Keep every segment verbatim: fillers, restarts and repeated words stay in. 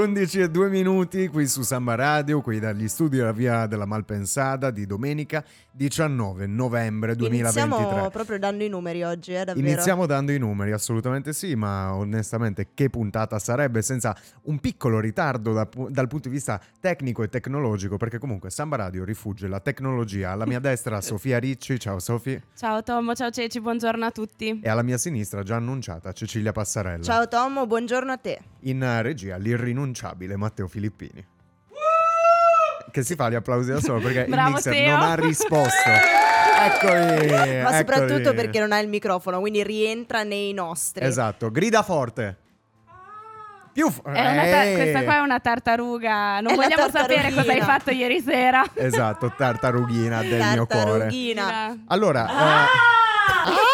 undici e due minuti qui su Samba Radio, qui dagli studi della via della Malpensada di domenica diciannove novembre duemilaventitré. Iniziamo proprio dando i numeri oggi, eh, davvero. Iniziamo dando i numeri, assolutamente sì, ma onestamente che puntata sarebbe senza un piccolo ritardo da, dal punto di vista tecnico e tecnologico, perché comunque Samba Radio rifugge la tecnologia. Alla mia destra Sofia Ricci, ciao Sofi. Ciao Tommo, ciao Ceci, buongiorno a tutti. E alla mia sinistra, già annunciata, Cecilia Passarella. Ciao Tommo, buongiorno a te. In regia l'irrinunciabile Matteo Filippini. Che si fa gli applausi da solo perché Bravo, il mixer Teo. non ha risposto. Eccoli. Ma soprattutto eccoli. perché non ha il microfono, quindi rientra nei nostri. Esatto, grida forte. Più f- È una ta- eh. questa qua è una tartaruga. Non È la vogliamo sapere tartarughina. cosa hai fatto ieri sera. Esatto, tartarughina del mio cuore. Tartarughina. Allora, Ah! eh,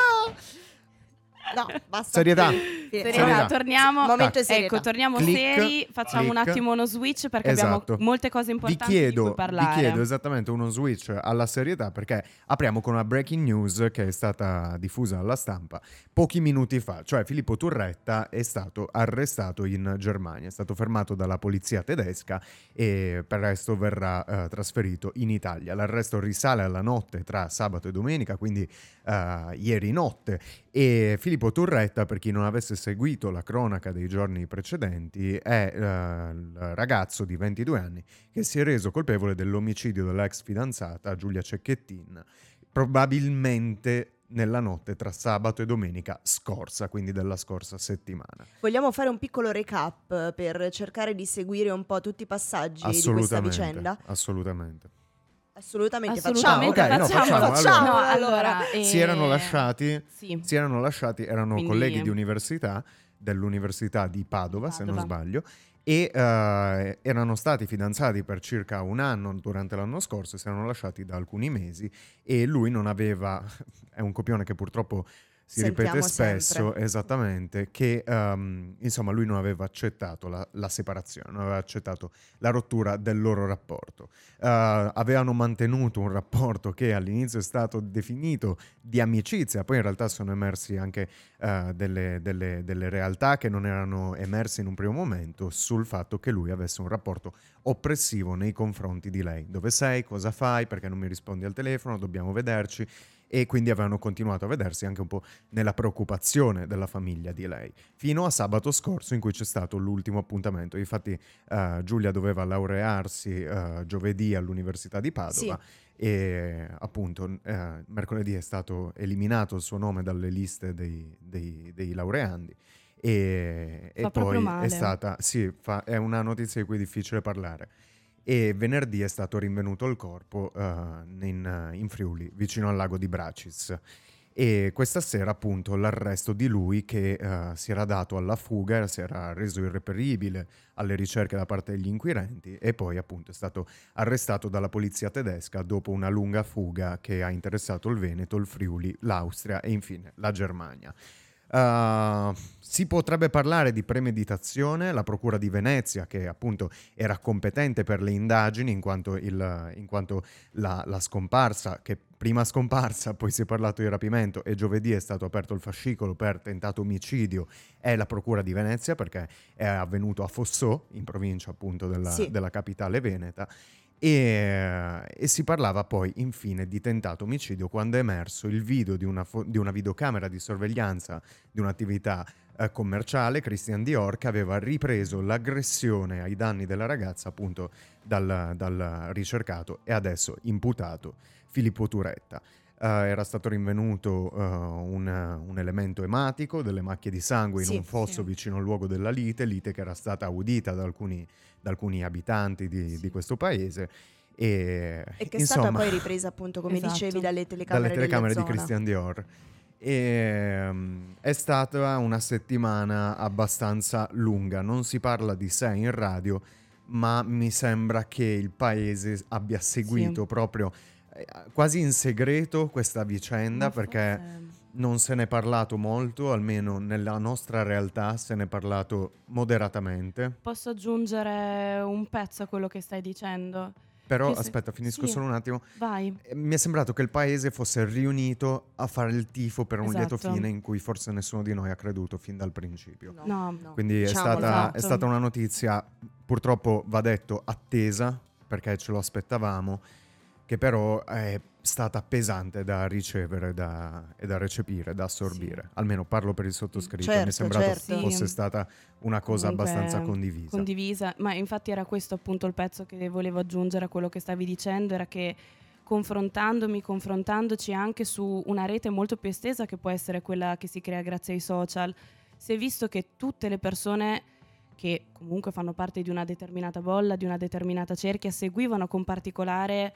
No, basta. serietà. Serietà, Serietà. torniamo. Momento serietà. Ecco, torniamo Click, seri. Facciamo un click. attimo uno switch perché Esatto. abbiamo molte cose Vi importanti chiedo, di cui parlare. vi chiedo esattamente uno switch alla serietà perché apriamo con una breaking news che è stata diffusa alla stampa pochi minuti fa, cioè Filippo Turretta è stato arrestato in Germania, è stato fermato dalla polizia tedesca e per resto verrà eh, trasferito in Italia. L'arresto risale alla notte tra sabato e domenica, quindi eh, ieri notte, e Filippo Turretta, per chi non avesse seguito la cronaca dei giorni precedenti, è eh, il ragazzo di ventidue anni che si è reso colpevole dell'omicidio dell'ex fidanzata Giulia Cecchettin, probabilmente nella notte tra sabato e domenica scorsa, quindi della scorsa settimana. Vogliamo fare un piccolo recap per cercare di seguire un po' tutti i passaggi di questa Assolutamente, vicenda? assolutamente. Assolutamente, Assolutamente, facciamo. Ah, ok, no, facciamo, facciamo, facciamo. No, allora. allora, eh, Si erano lasciati, Sì. si erano lasciati, erano Quindi- colleghi di università, dell'università di Padova, se non Padova. sbaglio, e eh, erano stati fidanzati per circa un anno durante l'anno scorso, si erano lasciati da alcuni mesi e lui non aveva, è un copione che purtroppo si Sentiamo ripete spesso, sempre. esattamente, che ehm, insomma lui non aveva accettato la, la separazione, non aveva accettato la rottura del loro rapporto. Eh, avevano mantenuto un rapporto che all'inizio è stato definito di amicizia, poi in realtà sono emersi anche eh, delle, delle- delle realtà che non erano emerse in un primo momento sul fatto che lui avesse un rapporto oppressivo nei confronti di lei. Dove sei? Cosa fai? Perché non mi rispondi al telefono? Dobbiamo vederci. E quindi avevano continuato a vedersi anche un po' nella preoccupazione della famiglia di lei, fino a sabato scorso in cui c'è stato l'ultimo appuntamento. Infatti eh, Giulia doveva laurearsi eh, giovedì all'Università di Padova e appunto eh, mercoledì è stato eliminato il suo nome dalle liste dei, dei- dei laureandi e, e Fa poi proprio male. è stata, sì, fa- è una notizia di cui è difficile parlare. E venerdì è stato rinvenuto il corpo eh, in, in Friuli, vicino al lago di Bracis. E questa sera appunto l'arresto di lui che eh, si era dato alla fuga, si era reso irreperibile alle ricerche da parte degli inquirenti e poi appunto è stato arrestato dalla polizia tedesca dopo una lunga fuga che ha interessato il Veneto, il Friuli, l'Austria e infine la Germania. Uh, si potrebbe parlare di premeditazione. La Procura di Venezia, che appunto era competente per le indagini in quanto, il, in quanto la, la scomparsa, che prima scomparsa, poi si è parlato di rapimento e giovedì è stato aperto il fascicolo per tentato omicidio, è la Procura di Venezia perché è avvenuto a Fossò, in provincia appunto della, Sì. della capitale veneta. E, e si parlava poi infine di tentato omicidio quando è emerso il video di una, fo- di una videocamera di sorveglianza di un'attività eh, commerciale. Christian Dior, che aveva ripreso l'aggressione ai danni della ragazza appunto dal, dal ricercato e adesso imputato Filippo Turretta. Eh, era stato rinvenuto eh, un, un elemento ematico, delle macchie di sangue in Sì, un fosso sì. vicino al luogo della lite, lite che era stata udita da alcuni da alcuni abitanti di, di questo paese e, E che è insomma, stata poi ripresa appunto, come Esatto. dicevi, dalle telecamere, dalle telecamere della di zona. Christian Dior. E, um, è stata una settimana abbastanza lunga, non si parla di sé in radio, ma mi sembra che il paese abbia seguito Sì. proprio eh, quasi in segreto questa vicenda, Ma perché forse- non se n'è parlato molto, almeno nella nostra realtà se n'è parlato moderatamente. Posso aggiungere un pezzo a quello che stai dicendo? Però Che se- aspetta, finisco sì. solo un attimo. Vai. Eh, Mi è sembrato che il paese fosse riunito a fare il tifo per un lieto Esatto. fine in cui forse nessuno di noi ha creduto fin dal principio. No. Quindi è Diciamolo. stata, Esatto. è stata una notizia, purtroppo va detto, attesa, perché ce lo aspettavamo, che però è stata pesante da ricevere da- e da recepire, da assorbire. Sì. Almeno parlo per il sottoscritto, mi è Certo, sembrato certo. fosse Sì. stata una cosa Comunque, abbastanza condivisa. condivisa, ma infatti era questo appunto il pezzo che volevo aggiungere a quello che stavi dicendo, era che confrontandomi, confrontandoci anche su una rete molto più estesa che può essere quella che si crea grazie ai social, si è visto che tutte le persone che comunque fanno parte di una determinata bolla, di una determinata cerchia, seguivano con particolare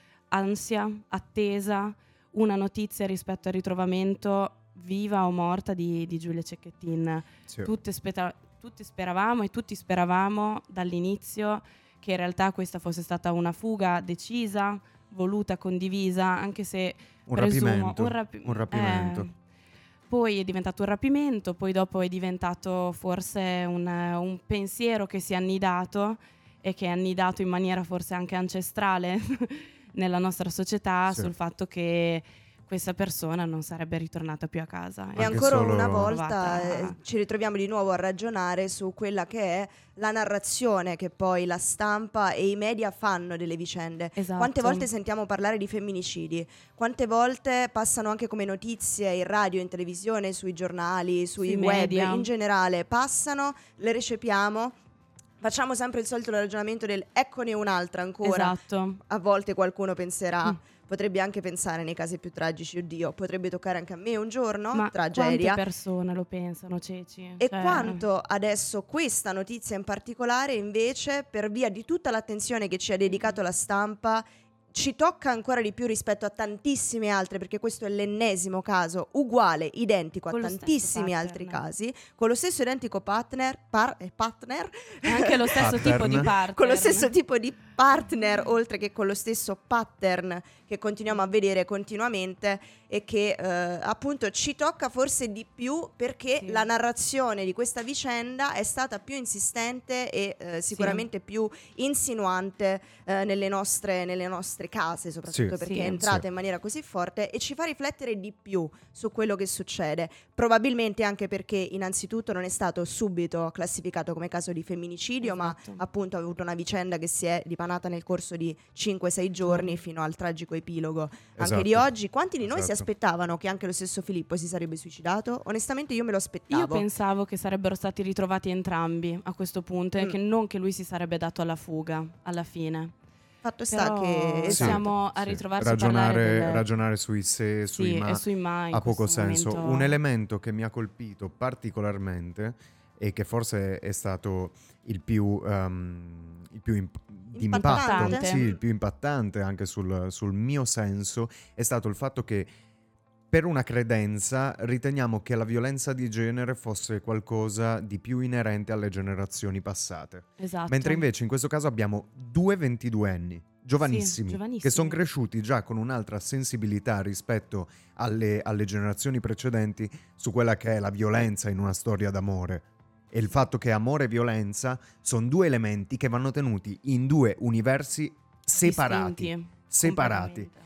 ansia, attesa, una notizia rispetto al ritrovamento viva o morta di, di Giulia Cecchettin. Sì. Tutte, speta- tutti speravamo e tutti speravamo dall'inizio che in realtà questa fosse stata una fuga decisa, voluta, condivisa, anche se Un presumo rapimento, un, rapi- un rapimento. eh, poi è diventato un rapimento, poi dopo è diventato forse un, un pensiero che si è annidato e che è annidato in maniera forse anche ancestrale nella nostra società Sì. sul fatto che questa persona non sarebbe ritornata più a casa. E Anche ancora solo- una volta Trovata- eh, ci ritroviamo di nuovo a ragionare su quella che è la narrazione che poi la stampa e i media fanno delle vicende. Esatto. Quante volte sentiamo parlare di femminicidi? Quante volte passano anche come notizie in radio, in televisione, sui giornali, sui Sui web, media. in generale? Passano, le recepiamo, facciamo sempre il solito ragionamento del eccone un'altra ancora. Esatto. A volte qualcuno penserà, Mm. potrebbe anche pensare nei casi più tragici, oddio, potrebbe toccare anche a me un giorno, Ma tragedia. quante persone lo pensano, Ceci? E Cioè, quanto adesso questa notizia in particolare invece, per via di tutta l'attenzione che ci ha dedicato la stampa, ci tocca ancora di più rispetto a tantissime altre, perché questo è l'ennesimo caso uguale, identico Con a lo stesso tantissimi pattern. altri casi, con lo stesso identico partner, par- eh, partner, anche lo stesso Pattern. tipo di partner. con lo stesso tipo di partner, oltre che con lo stesso pattern che continuiamo a vedere continuamente e che eh, appunto ci tocca forse di più perché Sì. la narrazione di questa vicenda è stata più insistente e eh, sicuramente più insinuante eh, nelle nostre, nelle nostre case, soprattutto Sì. perché Sì. è entrata Sì. in maniera così forte e ci fa riflettere di più su quello che succede. Probabilmente anche perché innanzitutto non è stato subito classificato come caso di femminicidio, Esatto. ma appunto ha avuto una vicenda che si è dipanata nel corso di cinque sei giorni fino al tragico epilogo anche Esatto. di oggi. Quanti di noi si Esatto. aspettavano che anche lo stesso Filippo si sarebbe suicidato? Onestamente io me lo aspettavo. Io pensavo che sarebbero stati ritrovati entrambi a questo punto e Mm. che non che lui si sarebbe dato alla fuga alla fine. Fatto sta Però che Sì, esatto. siamo a sì. ritrovarci a ragionare, parlare del- ragionare sui se, sui sì, ma, e sui mai in ha poco questo senso. momento. Un elemento che mi ha colpito particolarmente e che forse è stato il più, ehm, il più imp- di Impattante. impatto, sì, il più impattante anche sul, sul mio senso, è stato il fatto che per una credenza riteniamo che la violenza di genere fosse qualcosa di più inerente alle generazioni passate. Esatto. Mentre invece in questo caso abbiamo due ventiduenni, giovanissimi, Sì, giovanissimi. che sono cresciuti già con un'altra sensibilità rispetto alle, alle generazioni precedenti su quella che è la violenza in una storia d'amore. E il fatto che amore e violenza sono due elementi che vanno tenuti in due universi separati. Distinti, separati. completamente.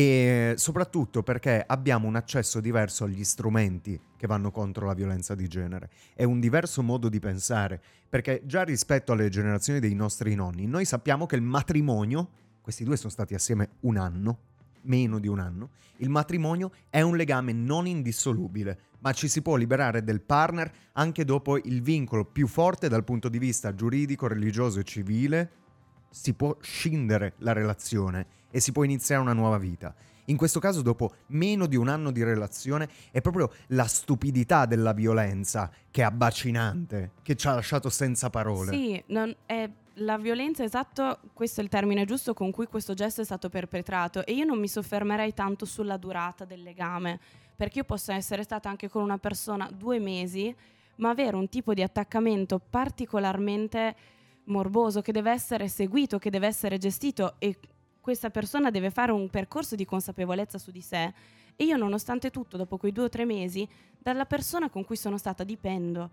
E soprattutto perché abbiamo un accesso diverso agli strumenti che vanno contro la violenza di genere. È un diverso modo di pensare, perché già rispetto alle generazioni dei nostri nonni, noi sappiamo che il matrimonio, questi due sono stati assieme un anno, meno di un anno, il matrimonio è un legame non indissolubile, ma ci si può liberare del partner anche dopo il vincolo più forte dal punto di vista giuridico, religioso e civile. Si può scindere la relazione e si può iniziare una nuova vita. In questo caso, dopo meno di un anno di relazione, è proprio la stupidità della violenza che è abbacinante, che ci ha lasciato senza parole. Sì, non- è la violenza, esatto, questo è il termine giusto con cui questo gesto è stato perpetrato, e io non mi soffermerei tanto sulla durata del legame, perché io posso essere stata anche con una persona due mesi, ma avere un tipo di attaccamento particolarmente morboso che deve essere seguito, che deve essere gestito, e questa persona deve fare un percorso di consapevolezza su di sé. E io, nonostante tutto, dopo quei due o tre mesi, dalla persona con cui sono stata dipendo.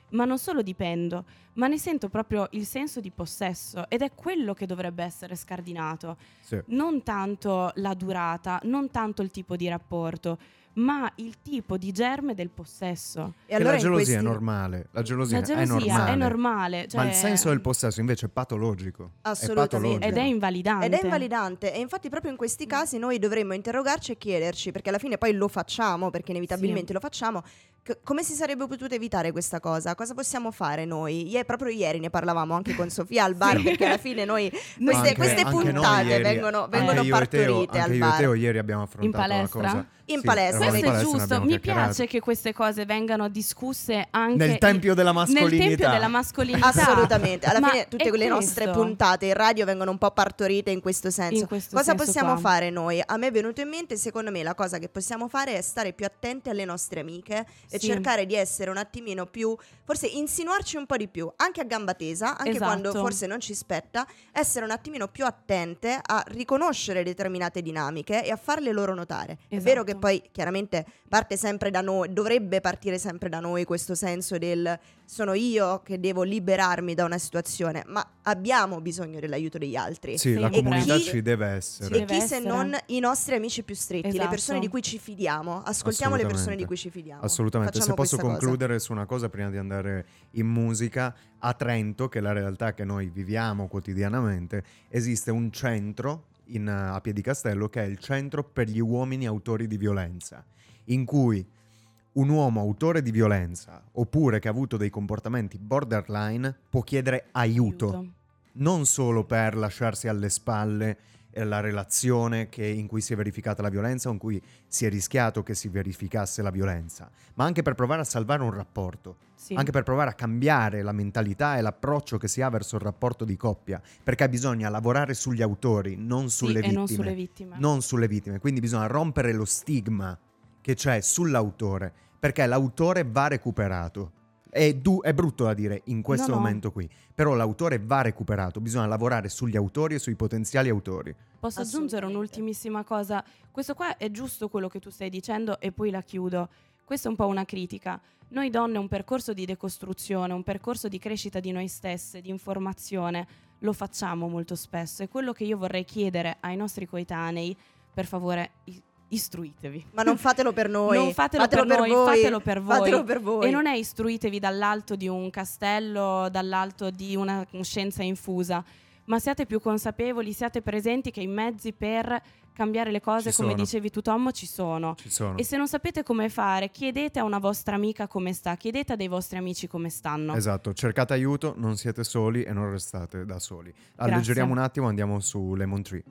ma non solo dipendo, ma ne sento proprio il senso di possesso, ed è quello che dovrebbe essere scardinato. Sì. Non tanto la durata, non tanto il tipo di rapporto, ma il tipo di germe del possesso. E E allora la in gelosia questi- è normale, la gelosia, La gelosia è normale, è normale, cioè- ma il senso del possesso invece è patologico. Assolutamente. È patologico. ed è invalidante. Ed è invalidante, e infatti proprio in questi casi noi dovremmo interrogarci e chiederci, perché alla fine poi lo facciamo, perché inevitabilmente Sì. lo facciamo, c- come si sarebbe potuto evitare questa cosa? Cosa possiamo fare noi? Ie- proprio ieri ne parlavamo anche con Sofia al bar, Sì. perché alla fine noi Noi- queste, Anche- queste anche noi puntate ieri- vengono, anche vengono io e Teo- partorite anche al io e bar. Teo ieri abbiamo affrontato In palestra? la cosa. In Sì, palestra, eravamo Questo in è palestra, ne giusto, abbiamo mi chiacchierato. piace che queste cose vengano discusse anche Nel tempio della Nel tempio mascolinità. della mascolinità. Assolutamente, alla Ma fine tutte è quelle questo. nostre puntate in radio vengono un po' partorite in questo senso. In questo cosa senso possiamo qua. fare noi? A me è venuto in mente, secondo me la cosa che possiamo fare è stare più attenti alle nostre amiche e Sì. cercare di essere un attimino più, forse insinuarci un po' di più, anche a gamba tesa, anche Esatto. quando forse non ci spetta, essere un attimino più attente a riconoscere determinate dinamiche e a farle loro notare. È Esatto. vero che poi chiaramente parte sempre da noi, dovrebbe partire sempre da noi questo senso del sono io che devo liberarmi da una situazione, ma abbiamo bisogno dell'aiuto degli altri. Sì, la Sempre. comunità E chi- ci deve E essere. Deve chi se essere. non i nostri amici più stretti, le Esatto. persone di cui ci fidiamo. Ascoltiamo le persone Assolutamente. di cui ci fidiamo. Assolutamente, Facciamo se posso questa cosa. concludere su una cosa prima di andare in musica, a Trento, che è la realtà che noi viviamo quotidianamente, esiste un centro in, uh, a Piedicastello che è il centro per gli uomini autori di violenza, in cui un uomo autore di violenza oppure che ha avuto dei comportamenti borderline può chiedere aiuto. Non solo per lasciarsi alle spalle eh, la relazione che- in cui si è verificata la violenza o in cui si è rischiato che si verificasse la violenza, ma anche per provare a salvare un rapporto, Sì. anche per provare a cambiare la mentalità e l'approccio che si ha verso il rapporto di coppia, perché bisogna lavorare sugli autori, non Sì, sulle e vittime. non sulle vittime. Non sulle vittime, quindi bisogna rompere lo stigma che c'è sull'autore, perché l'autore va recuperato. È, du- è brutto da dire in questo No, no. momento qui, però l'autore va recuperato, bisogna lavorare sugli autori e sui potenziali autori. Posso aggiungere Assolutamente. un'ultimissima cosa? Questo qua è giusto quello che tu stai dicendo e poi la chiudo. Questa è un po' una critica. Noi donne un percorso di decostruzione, un percorso di crescita di noi stesse, di informazione, lo facciamo molto spesso. E quello che io vorrei chiedere ai nostri coetanei, per favore, i- istruitevi. Ma non fatelo per noi. Non fatelo per noi, voi. fatelo per voi. Fatelo per voi. E non è istruitevi dall'alto di un castello, dall'alto di una scienza infusa, ma siate più consapevoli, siate presenti che i mezzi per cambiare le cose, Ci come sono. dicevi tu Tom, ci sono. Ci sono. E se non sapete come fare, chiedete a una vostra amica come sta, chiedete a dei vostri amici come stanno. Esatto, cercate aiuto, non siete soli e non restate da soli. Alleggeriamo un attimo, andiamo su Lemon Tree.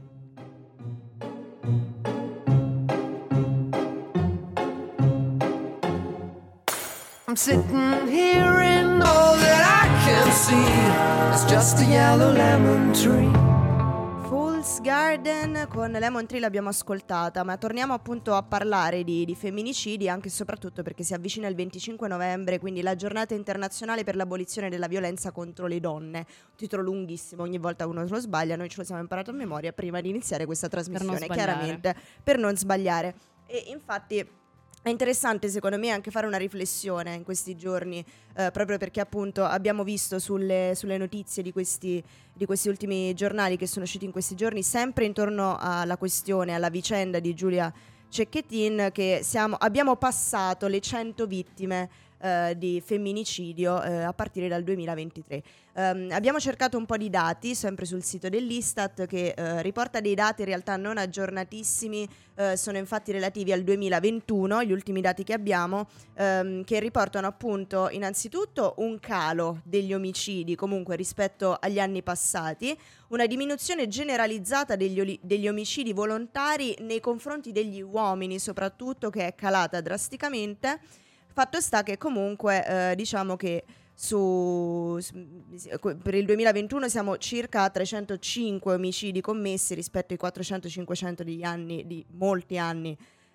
I'm sitting here and all that I can see is just a yellow lemon tree. Fool's Garden con Lemon Tree l'abbiamo ascoltata, ma torniamo appunto a parlare di, di femminicidi, anche e soprattutto perché si avvicina il venticinque novembre, quindi la giornata internazionale per l'abolizione della violenza contro le donne. Un titolo lunghissimo, ogni volta uno lo sbaglia, noi ce lo siamo imparato a memoria prima di iniziare questa trasmissione, sbagliare. chiaramente, per non sbagliare. E infatti è interessante secondo me anche fare una riflessione in questi giorni, eh, proprio perché appunto abbiamo visto sulle, sulle notizie di questi, di questi ultimi giornali che sono usciti in questi giorni, sempre intorno alla questione, alla vicenda di Giulia Cecchettin, che siamo, abbiamo passato le cento vittime eh, di femminicidio eh, a partire dal duemilaventitré. Um, abbiamo cercato un po' di dati sempre sul sito dell'Istat che eh, riporta dei dati in realtà non aggiornatissimi, eh, sono infatti relativi al duemilaventuno, gli ultimi dati che abbiamo, ehm, che riportano appunto innanzitutto un calo degli omicidi comunque rispetto agli anni passati, una diminuzione generalizzata degli, oli- degli omicidi volontari nei confronti degli uomini soprattutto, che è calata drasticamente. Fatto sta che comunque eh, diciamo che Su, per il duemilaventuno siamo circa a trecentocinque omicidi commessi rispetto ai quattrocento cinquecento degli anni, di molti anni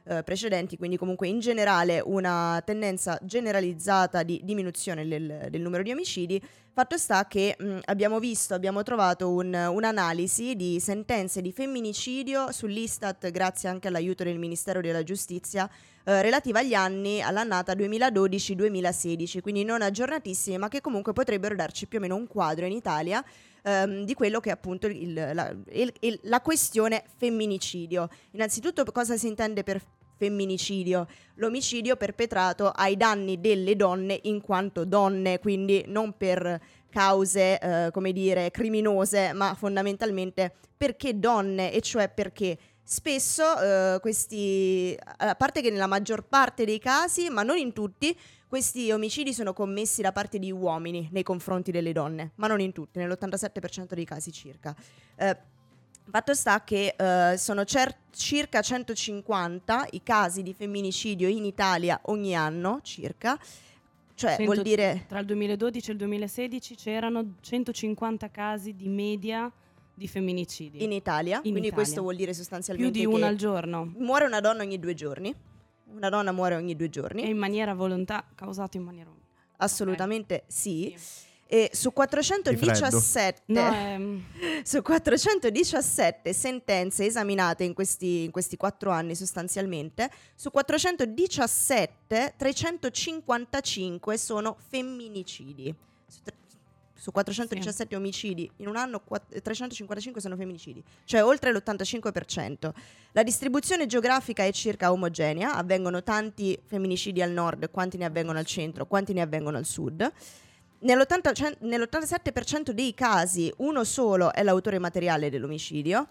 eh, precedenti, quindi comunque in generale una tendenza generalizzata di diminuzione del, del numero di omicidi. Fatto sta che mh, abbiamo visto, abbiamo trovato un, un'analisi di sentenze di femminicidio sull'Istat, grazie anche all'aiuto del Ministero della Giustizia, eh, relativa agli anni, all'annata duemiladodici duemilasedici, quindi non aggiornatissime, ma che comunque potrebbero darci più o meno un quadro in Italia ehm, di quello che è appunto il, la, il, il, la questione femminicidio. Innanzitutto, cosa si intende per femminicidio? L'omicidio perpetrato ai danni delle donne in quanto donne, quindi non per cause eh, come dire criminose, ma fondamentalmente perché donne, e cioè perché spesso eh, questi, a parte che nella maggior parte dei casi, ma non in tutti, questi omicidi sono commessi da parte di uomini nei confronti delle donne, ma non in tutti, nell'ottantasette per cento dei casi circa. Eh, Fatto sta che uh, sono cer- circa centocinquanta i casi di femminicidio in Italia ogni anno, circa, cioè cento vuol dire... Tra il duemiladodici e il duemilasedici c'erano centocinquanta casi di media di femminicidi. In Italia, in quindi Italia. Questo vuol dire sostanzialmente più di che una al giorno. Muore una donna ogni due giorni, una donna muore ogni due giorni. E in maniera volontà, causato in maniera... Assolutamente okay. sì. sì. E su quattrocentodiciassette, no, ehm... su quattrocentodiciassette sentenze esaminate in questi, in questi quattro anni sostanzialmente, su quattrocentodiciassette trecentocinquantacinque sono femminicidi. Su, tre, su quattrocentodiciassette sì. omicidi in un anno, quatt- trecentocinquantacinque sono femminicidi, cioè oltre l'ottantacinque per cento. La distribuzione geografica è circa omogenea, avvengono tanti femminicidi al nord quanti ne avvengono al centro, quanti ne avvengono al sud. Nell'ottanta, nell'ottantasette per cento dei casi uno solo è l'autore materiale dell'omicidio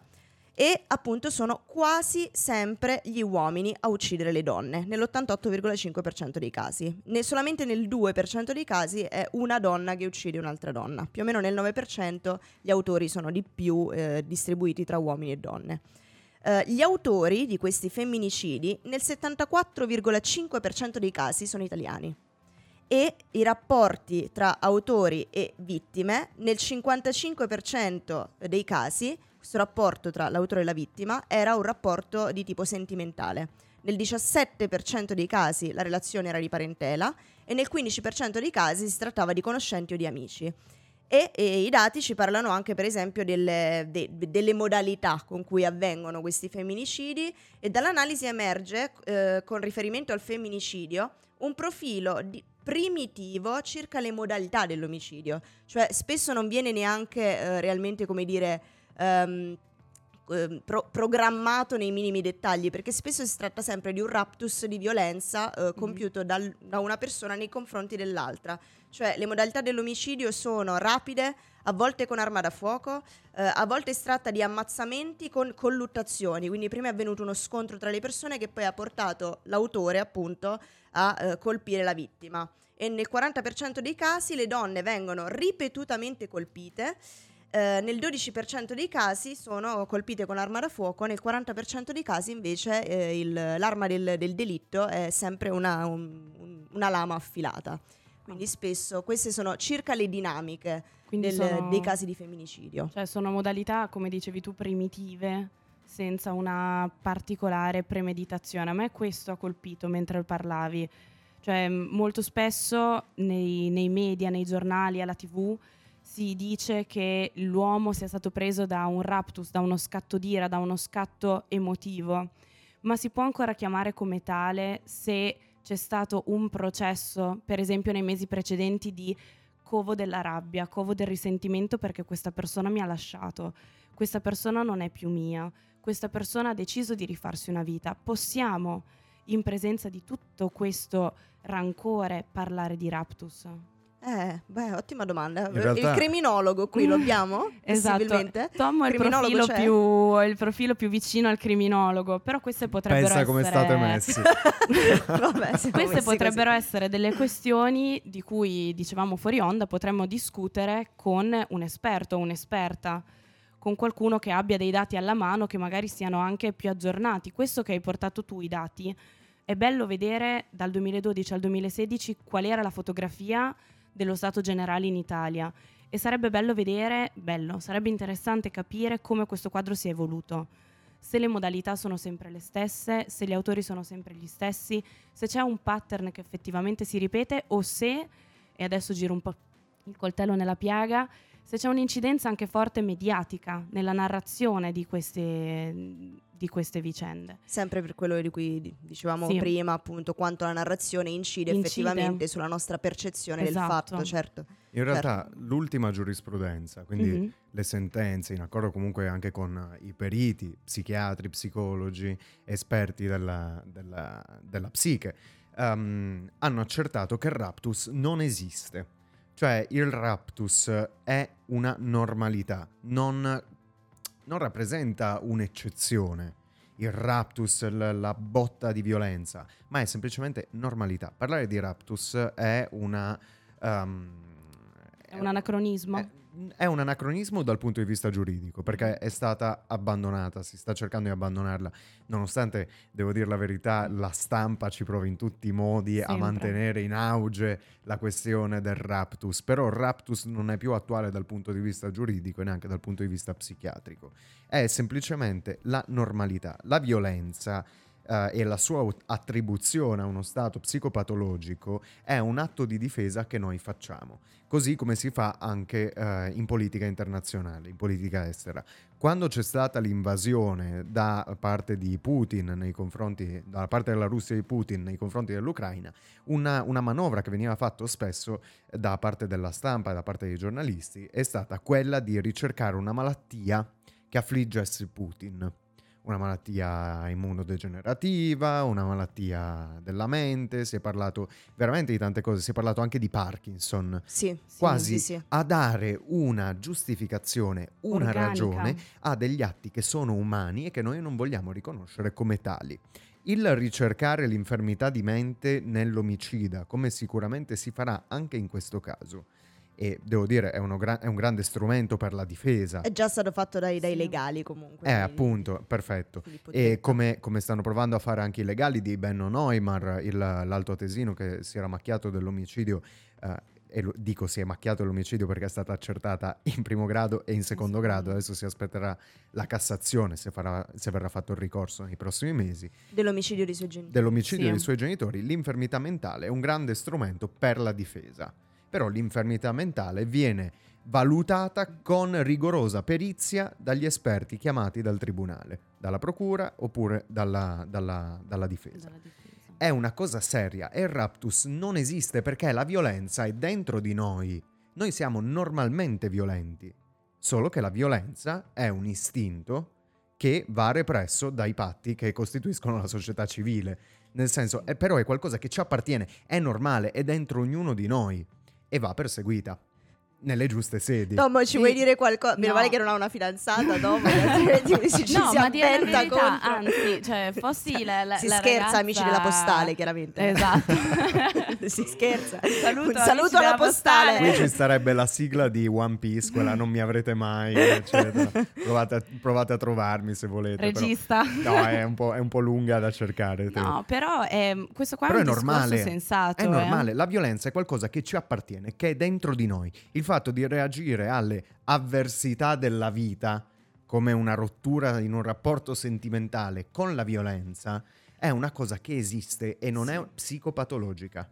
e appunto sono quasi sempre gli uomini a uccidere le donne, nell'ottantotto virgola cinque per cento dei casi. Ne, solamente nel due per cento dei casi è una donna che uccide un'altra donna. Più o meno nel nove per cento gli autori sono di più eh, distribuiti tra uomini e donne. Uh, gli autori di questi femminicidi nel settantaquattro virgola cinque per cento dei casi sono italiani. E i rapporti tra autori e vittime, nel cinquantacinque per cento dei casi, questo rapporto tra l'autore e la vittima era un rapporto di tipo sentimentale. Nel diciassette per cento dei casi la relazione era di parentela e nel quindici per cento dei casi si trattava di conoscenti o di amici. E, e i dati ci parlano anche per esempio delle, de, delle modalità con cui avvengono questi femminicidi, e dall'analisi emerge eh, con riferimento al femminicidio un profilo di primitivo circa le modalità dell'omicidio, cioè spesso non viene neanche eh, realmente, come dire, um, eh, pro- programmato nei minimi dettagli, perché spesso si tratta sempre di un raptus di violenza eh, compiuto mm. dal, da una persona nei confronti dell'altra, cioè le modalità dell'omicidio sono rapide, a volte con arma da fuoco, eh, a volte si tratta di ammazzamenti con colluttazioni, quindi prima è avvenuto uno scontro tra le persone che poi ha portato l'autore appunto a eh, colpire la vittima, e nel quaranta per cento dei casi le donne vengono ripetutamente colpite, eh, nel dodici per cento dei casi sono colpite con arma da fuoco, nel quaranta per cento dei casi invece eh, il, l'arma del, del delitto è sempre una, un, una lama affilata. Quindi spesso queste sono circa le dinamiche del, sono, dei casi di femminicidio. Cioè sono modalità, come dicevi tu, primitive, senza una particolare premeditazione. A me questo ha colpito mentre parlavi. Cioè molto spesso nei, nei media, nei giornali, alla tivù si dice che l'uomo sia stato preso da un raptus, da uno scatto d'ira, da uno scatto emotivo, ma si può ancora chiamare come tale se c'è stato un processo, per esempio nei mesi precedenti, di covo della rabbia, covo del risentimento perché questa persona mi ha lasciato, questa persona non è più mia, questa persona ha deciso di rifarsi una vita. Possiamo, in presenza di tutto questo rancore, parlare di raptus? Eh, beh, ottima domanda. Realtà... Il criminologo qui lo abbiamo? Esatto. Tom è il profilo, più, il profilo più vicino al criminologo, però queste potrebbero Pensa essere... come state messi. Vabbè, queste messi potrebbero così. essere delle questioni di cui, dicevamo fuori onda, potremmo discutere con un esperto o un'esperta, con qualcuno che abbia dei dati alla mano che magari siano anche più aggiornati. Questo che hai portato tu, i dati, è bello vedere dal duemiladodici al duemilasedici qual era la fotografia dello stato generale in Italia, e sarebbe bello vedere, bello, sarebbe interessante capire come questo quadro si è evoluto. se le modalità sono sempre le stesse, se gli autori sono sempre gli stessi, se c'è un pattern che effettivamente si ripete o se, e adesso giro un po' il coltello nella piaga, se c'è un'incidenza anche forte mediatica nella narrazione di queste, di queste vicende. Sempre per quello di cui dicevamo Sì. prima, appunto, quanto la narrazione incide, Incide. effettivamente sulla nostra percezione Esatto. del fatto, certo. In realtà l'ultima giurisprudenza, quindi Mhm. le sentenze, in accordo comunque anche con i periti, psichiatri, psicologi, esperti della, della, della psiche, ehm, hanno accertato che il raptus non esiste. Cioè il raptus è una normalità, non, non rappresenta un'eccezione. Il raptus, l- la botta di violenza, ma è semplicemente normalità. Parlare di raptus è una... ehm, È un anacronismo? È, è un anacronismo dal punto di vista giuridico, perché è stata abbandonata, si sta cercando di abbandonarla, nonostante, devo dire la verità, la stampa ci prova in tutti i modi a Sempre. mantenere in auge la questione del raptus, però il raptus non è più attuale dal punto di vista giuridico e neanche dal punto di vista psichiatrico, è semplicemente la normalità, la violenza. Uh, e la sua attribuzione a uno stato psicopatologico è un atto di difesa che noi facciamo, così come si fa anche uh, in politica internazionale, in politica estera. Quando c'è stata l'invasione da parte di Putin nei confronti, da parte della Russia di Putin nei confronti dell'Ucraina, una, una manovra che veniva fatta spesso da parte della stampa e da parte dei giornalisti è stata quella di ricercare una malattia che affliggesse Putin. Una malattia immunodegenerativa, una malattia della mente, si è parlato veramente di tante cose, si è parlato anche di Parkinson, Sì, quasi sì, sì. a dare una giustificazione, una Organica. ragione a degli atti che sono umani e che noi non vogliamo riconoscere come tali. Il ricercare l'infermità di mente nell'omicida, come sicuramente si farà anche in questo caso, e devo dire è, uno gra- è un grande strumento per la difesa. È già stato fatto dai, dai Sì. legali comunque. Eh, quindi- appunto, perfetto. Filippo E Zecca. come, come stanno provando a fare anche i legali di Benno Neumar, il, l'alto atesino che si era macchiato dell'omicidio, eh, e lo, dico si è macchiato dell'omicidio perché è stata accertata in primo grado e in secondo secondo. grado, adesso si aspetterà la Cassazione se, farà, se verrà fatto il ricorso nei prossimi mesi, Dell'omicidio dei suoi genitori. dell'omicidio Sì. dei suoi genitori. L'infermità mentale è un grande strumento per la difesa, però l'infermità mentale viene valutata con rigorosa perizia dagli esperti chiamati dal tribunale, dalla procura oppure dalla, dalla, dalla difesa. Dalla difesa. È una cosa seria e il raptus non esiste perché la violenza è dentro di noi. Noi siamo normalmente violenti, solo che la violenza è un istinto che va represso dai patti che costituiscono la società civile. Nel senso, è, però è qualcosa che ci appartiene, è normale, è dentro ognuno di noi e va perseguita nelle giuste sedi. Tom, ci Sì. vuoi dire qualcosa? Meno No. male che non ha una fidanzata, Tom, altrimenti ci, ci No, si ma dire la avventa verità, contro. anzi, cioè, fossi la, la Si la scherza, ragazza- amici della postale, chiaramente. Esatto. Si scherza. Saluto, Un amici saluto alla della postale. Qui ci starebbe la sigla di One Piece, quella non mi avrete mai, eccetera. Provate a, provate a trovarmi se volete. però- Regista. No, è un, po', è un po' lunga da cercare. te. No, però ehm, questo qua Però è è un discorso normale. sensato. È eh. normale. La violenza è qualcosa che ci appartiene, che è dentro di noi. Il fatto di reagire alle avversità della vita, come una rottura in un rapporto sentimentale con la violenza, è una cosa che esiste e non Sì. è psicopatologica.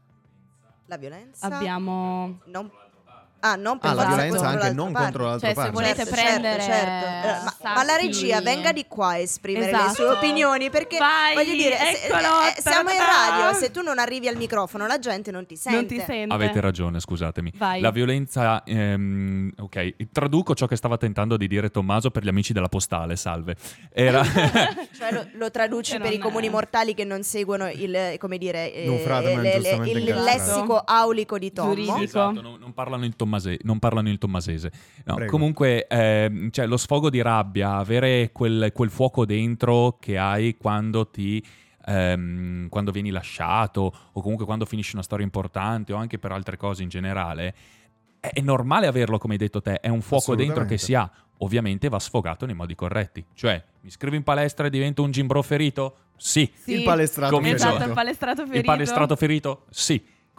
La violenza? Abbiamo... Non... Ah, non per Ah, la forza violenza contro anche l'altra non parte. contro l'altra Cioè, se parte. volete Certo, prendere certo, certo. Eh, ma, sacchi- ma la regia venga di qua a esprimere le Esatto. sue opinioni, perché Vai, voglio dire, se- eccolo, eh, siamo in ta-ta-ta. radio, se tu non arrivi al microfono la gente non ti sente. Non ti sente. Avete ragione, scusatemi. Vai. La violenza, ehm, ok, traduco ciò che stava tentando di dire Tommaso per gli amici della postale, salve. Era Cioè lo, lo traduci Che per non i comuni è- mortali che non seguono il, come dire, eh, Non frate, ma le- le- giustamente il incastrato. lessico aulico di Tom. Giuridico. Esatto, non, non parlano il tommase- non parlano il tommasese. No, Prego. comunque, ehm, cioè, lo sfogo di rabbia, avere quel, quel fuoco dentro che hai quando ti ehm, quando vieni lasciato o comunque quando finisci una storia importante o anche per altre cose in generale, è, è normale averlo, come hai detto te, è un fuoco dentro che Assolutamente. si ha. Ovviamente va sfogato nei modi corretti. Cioè, mi iscrivo in palestra e divento un gimbro ferito? Sì. Sì. Il palestrato Comincio- Esatto, ferito. il palestrato ferito. Il palestrato ferito? Sì.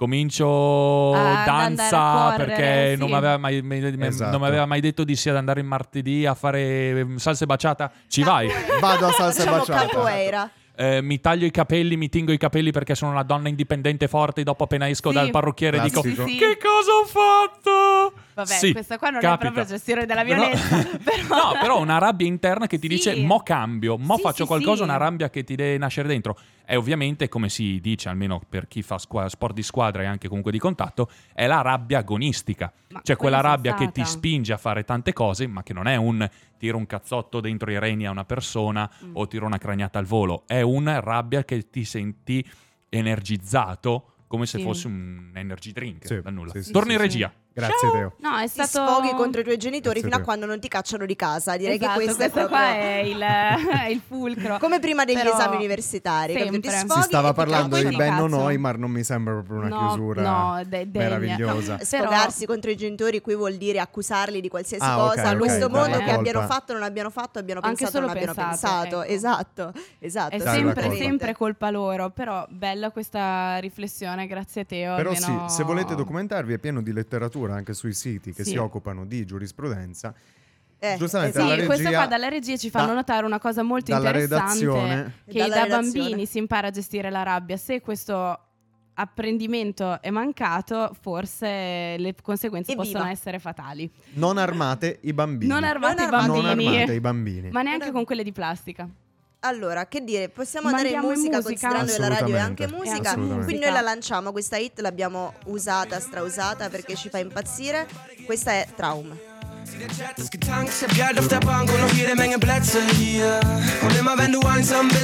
comincio Ah, ad andare a danza correre, perché sì. non mi aveva mai, me- me- Esatto. non mi aveva mai detto di sì ad andare il martedì a fare mm, salsa e baciata, ci vai. Vado a salsa e Facciamo baciata. capoeira. Eh, mi taglio i capelli, mi tingo i capelli perché sono una donna indipendente forte. Dopo appena esco Sì. dal parrucchiere dico: Classico. Sì, sì. che cosa ho fatto? Vabbè, Sì, questa qua non capita. è proprio gestione della Però- violenza. però... No, però una rabbia interna che ti Sì. dice mo cambio, mo Sì, faccio sì, qualcosa, sì. una rabbia che ti deve nascere dentro. E ovviamente, come si dice, almeno per chi fa squa- sport di squadra e anche comunque di contatto, è la rabbia agonistica. Ma Cioè quella quella rabbia che ti sensata. spinge a fare tante cose, ma che non è un tiro un cazzotto dentro i reni a una persona Mm. o tiro una craniata al volo. È una rabbia che ti senti energizzato come se Sì. fosse un energy drink Sì, da nulla. sì, sì, Torno sì, in sì. regia. Grazie Teo. No, è Ti stato... sfoghi contro i tuoi genitori Grazie fino a Teo. quando non ti cacciano di casa. Direi Esatto, che questo è questo proprio qua è il, è il fulcro. come prima degli Però esami universitari. capito? Ti sempre. Si sfoghi Si stava e ti parlando poi di ti Benno cazzo. Neumar, non mi sembra proprio una No, chiusura no, de- degna. meravigliosa. No. Sfogarsi contro i genitori qui vuol dire accusarli di qualsiasi Ah, cosa ok, a ok, questo per mondo la che abbiano colpa. fatto, non abbiano fatto, abbiano Anche pensato, non solo abbiano pensato, pensato. ecco. Esatto, esatto. È Dai, sempre, d'accordo. sempre colpa loro, però bella questa riflessione, grazie a Teo. Però almeno... sì, se volete documentarvi è pieno di letteratura anche sui siti che Sì. si occupano di giurisprudenza. Eh, Giustamente esatto. alla Sì, regia, questa qua dalla regia ci fanno da- notare una cosa molto dalla interessante, redazione, che Dalla da redazione. bambini si impara a gestire la rabbia. Se questo apprendimento è mancato, forse le conseguenze Evviva. possono essere fatali. non armate i bambini. Non armate Non i armate- bambini, Non armate i bambini. ma neanche Non- con quelle di plastica. Allora, che dire, possiamo andare in Mandiamo in musica, musica? considerando che la radio è Assolutamente. anche musica. Assolutamente. Quindi noi la lanciamo, questa hit l'abbiamo usata, strausata perché ci fa impazzire. Questa è Traum. Das getankt, ich hab Geld auf der Bank und noch jede Menge Plätze hier. Und immer wenn du einsam bist.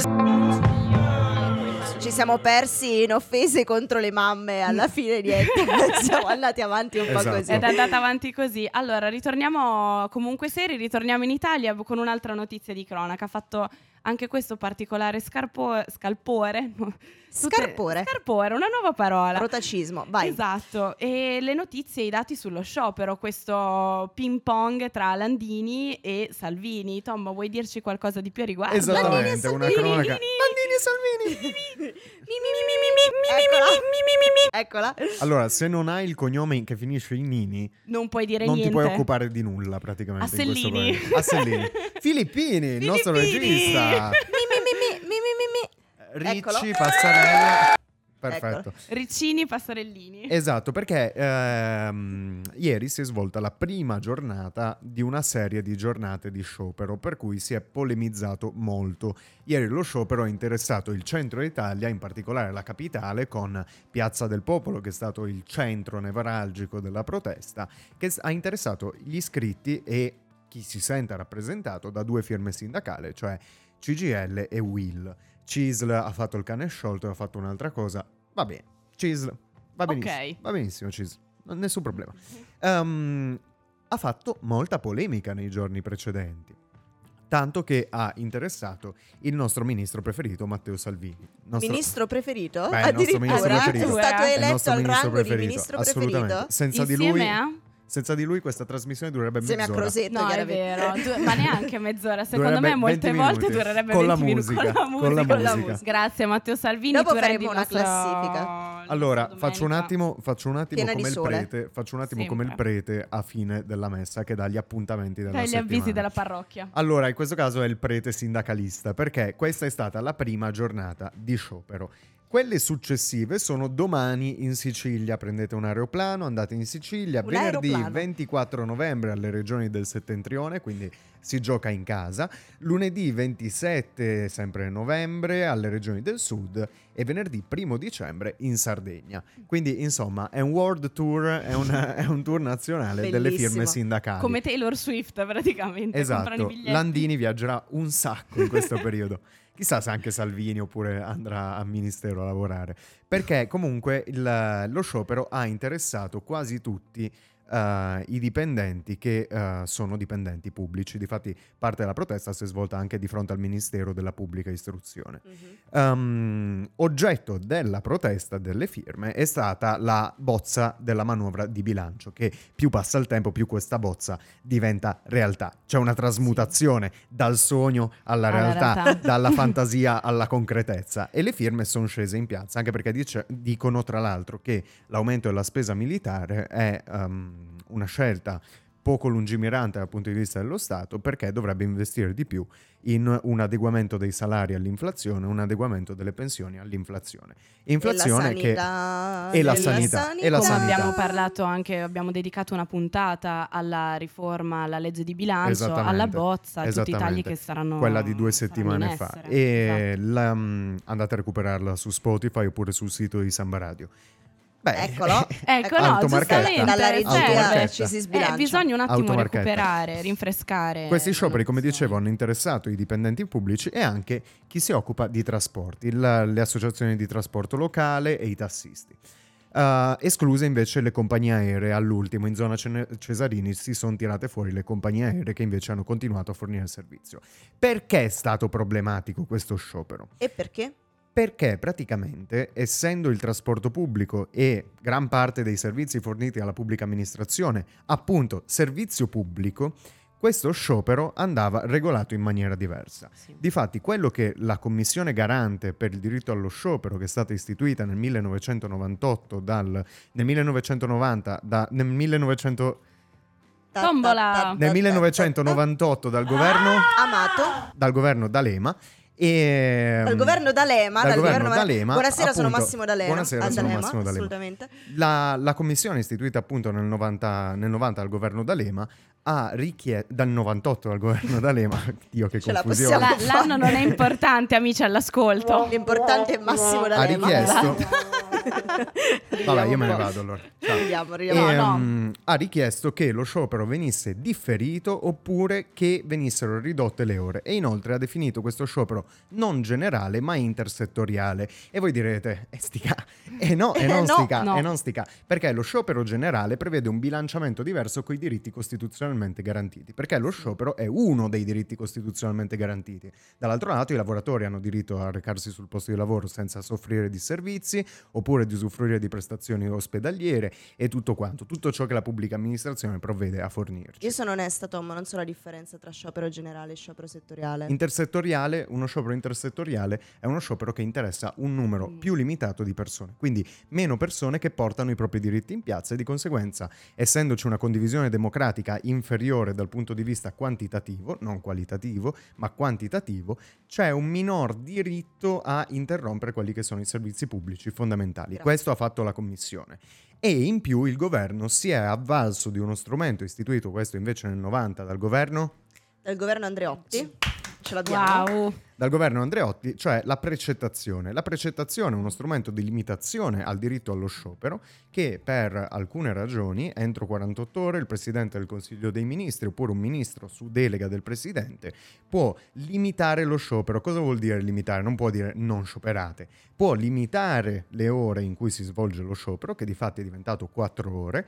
Ci siamo persi in offese contro le mamme, alla fine niente. Siamo andati avanti un po' Esatto. così. Ed è andata avanti così. Allora, ritorniamo comunque seri, ritorniamo in Italia con un'altra notizia di cronaca. Ha fatto anche questo particolare scarpo- scalpore. no? Tutte- Scarpore. Scarpore, una nuova parola. Rotacismo, vai. Esatto, e le notizie e i dati sullo sciopero, questo ping pong tra Landini e Salvini. Tom, vuoi dirci qualcosa di più a riguardo? Esattamente, una Salvini, cronaca. Landini e Salvini. Eccola. Allora, se non hai il cognome che finisce in Nini, Non puoi dire non niente. ti puoi occupare di nulla praticamente. in questo Assellini. paese. Assellini. Filippini, il nostro Filippini. regista. Mi, mi, mi, mi, mi, mi, mi. Eccolo. Ricci Passarella. Perfetto. Riccini, Passarellini. Esatto, perché ehm, ieri si è svolta la prima giornata di una serie di giornate di sciopero, per cui si è polemizzato molto. Ieri lo sciopero ha interessato il centro Italia, in particolare la capitale, con Piazza del Popolo, che è stato il centro nevralgico della protesta, che ha interessato gli iscritti e chi si sente rappresentato da due firme sindacali, cioè C G I L e U I L. C I S L ha fatto il cane sciolto e ha fatto un'altra cosa. Va bene, C I S L. Va benissimo. Ok. Va benissimo, C I S L. Non- Nessun problema. Ehm, ha fatto molta polemica nei giorni precedenti. Tanto che ha interessato il nostro ministro preferito, Matteo Salvini. Nostro- Ministro preferito? Beh, il nostro ministro Addirittura? preferito. È stato È il eletto nostro al ministro rango di preferito, ministro assolutamente. preferito? Senza di Insieme lui, a? senza di lui questa trasmissione durerebbe Insieme a mezz'ora. Crosetto, No, è chiaramente. vero, Du- ma neanche mezz'ora. Secondo Durerebbe me molte venti volte minuti. durerebbe Con la venti minuti musica, con la con la musica. musica. Grazie Matteo Salvini. Dopo tu rendi faremo una il nostro- classifica. la Allora, nostra faccio un domenica. attimo, faccio un attimo Piena come di il sole. prete, faccio un attimo come il Sempre. prete a fine della messa che dà gli appuntamenti della Dai, gli settimana. avvisi della parrocchia. Allora, in questo caso è il prete sindacalista, perché questa è stata la prima giornata di sciopero. Quelle successive sono domani in Sicilia. Prendete un aeroplano, andate in Sicilia. Un Venerdì aeroplano. ventiquattro novembre alle regioni del settentrione, quindi si gioca in casa. Lunedì ventisette, sempre novembre, alle regioni del sud. E venerdì primo dicembre in Sardegna. Quindi, insomma, è un world tour, è un, è un tour nazionale delle Bellissimo. firme sindacali. Come Taylor Swift praticamente. comprano i Esatto, biglietti. Landini viaggerà un sacco in questo periodo. Chissà se anche Salvini oppure andrà al ministero a lavorare. Perché comunque il- lo sciopero ha interessato quasi tutti uh, i dipendenti che uh, sono dipendenti pubblici. Difatti parte della protesta si è svolta anche di fronte al Ministero della Pubblica Istruzione. Mm-hmm. Um, oggetto della protesta delle firme è stata la bozza della manovra di bilancio, che più passa il tempo più questa bozza diventa realtà. C'è una trasmutazione sì. dal sogno alla, alla realtà, realtà, dalla fantasia alla concretezza, e le firme sono scese in piazza, anche perché dice, dicono tra l'altro che l'aumento della spesa militare è um, una scelta poco lungimirante dal punto di vista dello Stato, perché dovrebbe investire di più in un adeguamento dei salari all'inflazione, un adeguamento delle pensioni all'inflazione. Inflazione e la che e la sanità, sanità. E la Come sanità. abbiamo parlato anche, abbiamo dedicato una puntata alla riforma, alla legge di bilancio, alla bozza, tutti i tagli che saranno quella di due settimane fa. Essere, e esatto. la, um, andate a recuperarla su Spotify oppure sul sito di Samba Radio. Beh, eccolo, ecco, no, giustamente dalla regia ci si sbilancia. Eh, bisogna un attimo recuperare, rinfrescare. Questi scioperi, come dicevo, hanno interessato i dipendenti pubblici e anche chi si occupa di trasporti, la, le associazioni di trasporto locale e i tassisti. Uh, escluse invece le compagnie aeree. All'ultimo, in zona Cesarini, si sono tirate fuori le compagnie aeree che invece hanno continuato a fornire il servizio. Perché è stato problematico questo sciopero? E perché? Perché praticamente, essendo il trasporto pubblico e gran parte dei servizi forniti alla pubblica amministrazione appunto servizio pubblico, questo sciopero andava regolato in maniera diversa. Sì. Difatti, quello che la Commissione Garante per il diritto allo sciopero, che è stata istituita nel millenovecentonovantotto, dal, nel millenovecentonovanta, da, nel millenovecento Tombola! Nel millenovecentonovantotto dal governo Amato, dal governo D'Alema. E, dal governo D'Alema, dal dal governo governo D'Alema, buonasera, appunto, sono Massimo D'Alema. Buonasera, ah, sono D'Alema, Massimo D'Alema. Assolutamente. La, la commissione istituita appunto nel novanta, nel novanta dal governo D'Alema ha richiesto, dal novantotto dal governo D'Alema, Dio che Ce la confusione. La, l'anno non è importante, amici all'ascolto. L'importante è Massimo D'Alema. Ha richiesto Vabbè, io me ne vado allora. Ciao. Ridiamo, ridiamo. E, no, um, no. ha richiesto che lo sciopero venisse differito oppure che venissero ridotte le ore, e inoltre ha definito questo sciopero non generale ma intersettoriale. E voi direte, eh stica, e no, e non no, stica, no. e non stica, perché lo sciopero generale prevede un bilanciamento diverso coi diritti costituzionalmente garantiti, perché lo sciopero è uno dei diritti costituzionalmente garantiti. Dall'altro lato i lavoratori hanno diritto a recarsi sul posto di lavoro senza soffrire di servizi, oppure di usufruire di prestazioni ospedaliere e tutto quanto, tutto ciò che la pubblica amministrazione provvede a fornirci. Io sono onesta, Tom, non so la differenza tra sciopero generale e sciopero settoriale. Intersettoriale, uno sciopero intersettoriale è uno sciopero che interessa un numero mm. più limitato di persone, quindi meno persone che portano i propri diritti in piazza, e di conseguenza, essendoci una condivisione democratica inferiore dal punto di vista quantitativo, non qualitativo, ma quantitativo, c'è un minor diritto a interrompere quelli che sono i servizi pubblici fondamentali. Grazie. Questo ha fatto la Commissione. E in più il governo si è avvalso di uno strumento istituito, questo invece nel novanta, dal governo? Dal governo Andreotti. Ce l'abbiamo. Wow. Dal governo Andreotti, cioè la precettazione. La precettazione è uno strumento di limitazione al diritto allo sciopero che per alcune ragioni, entro quarantotto ore, il Presidente del Consiglio dei Ministri oppure un ministro su delega del Presidente può limitare lo sciopero. Cosa vuol dire limitare? Non può dire non scioperate. Può limitare le ore in cui si svolge lo sciopero, che di fatto è diventato quattro ore,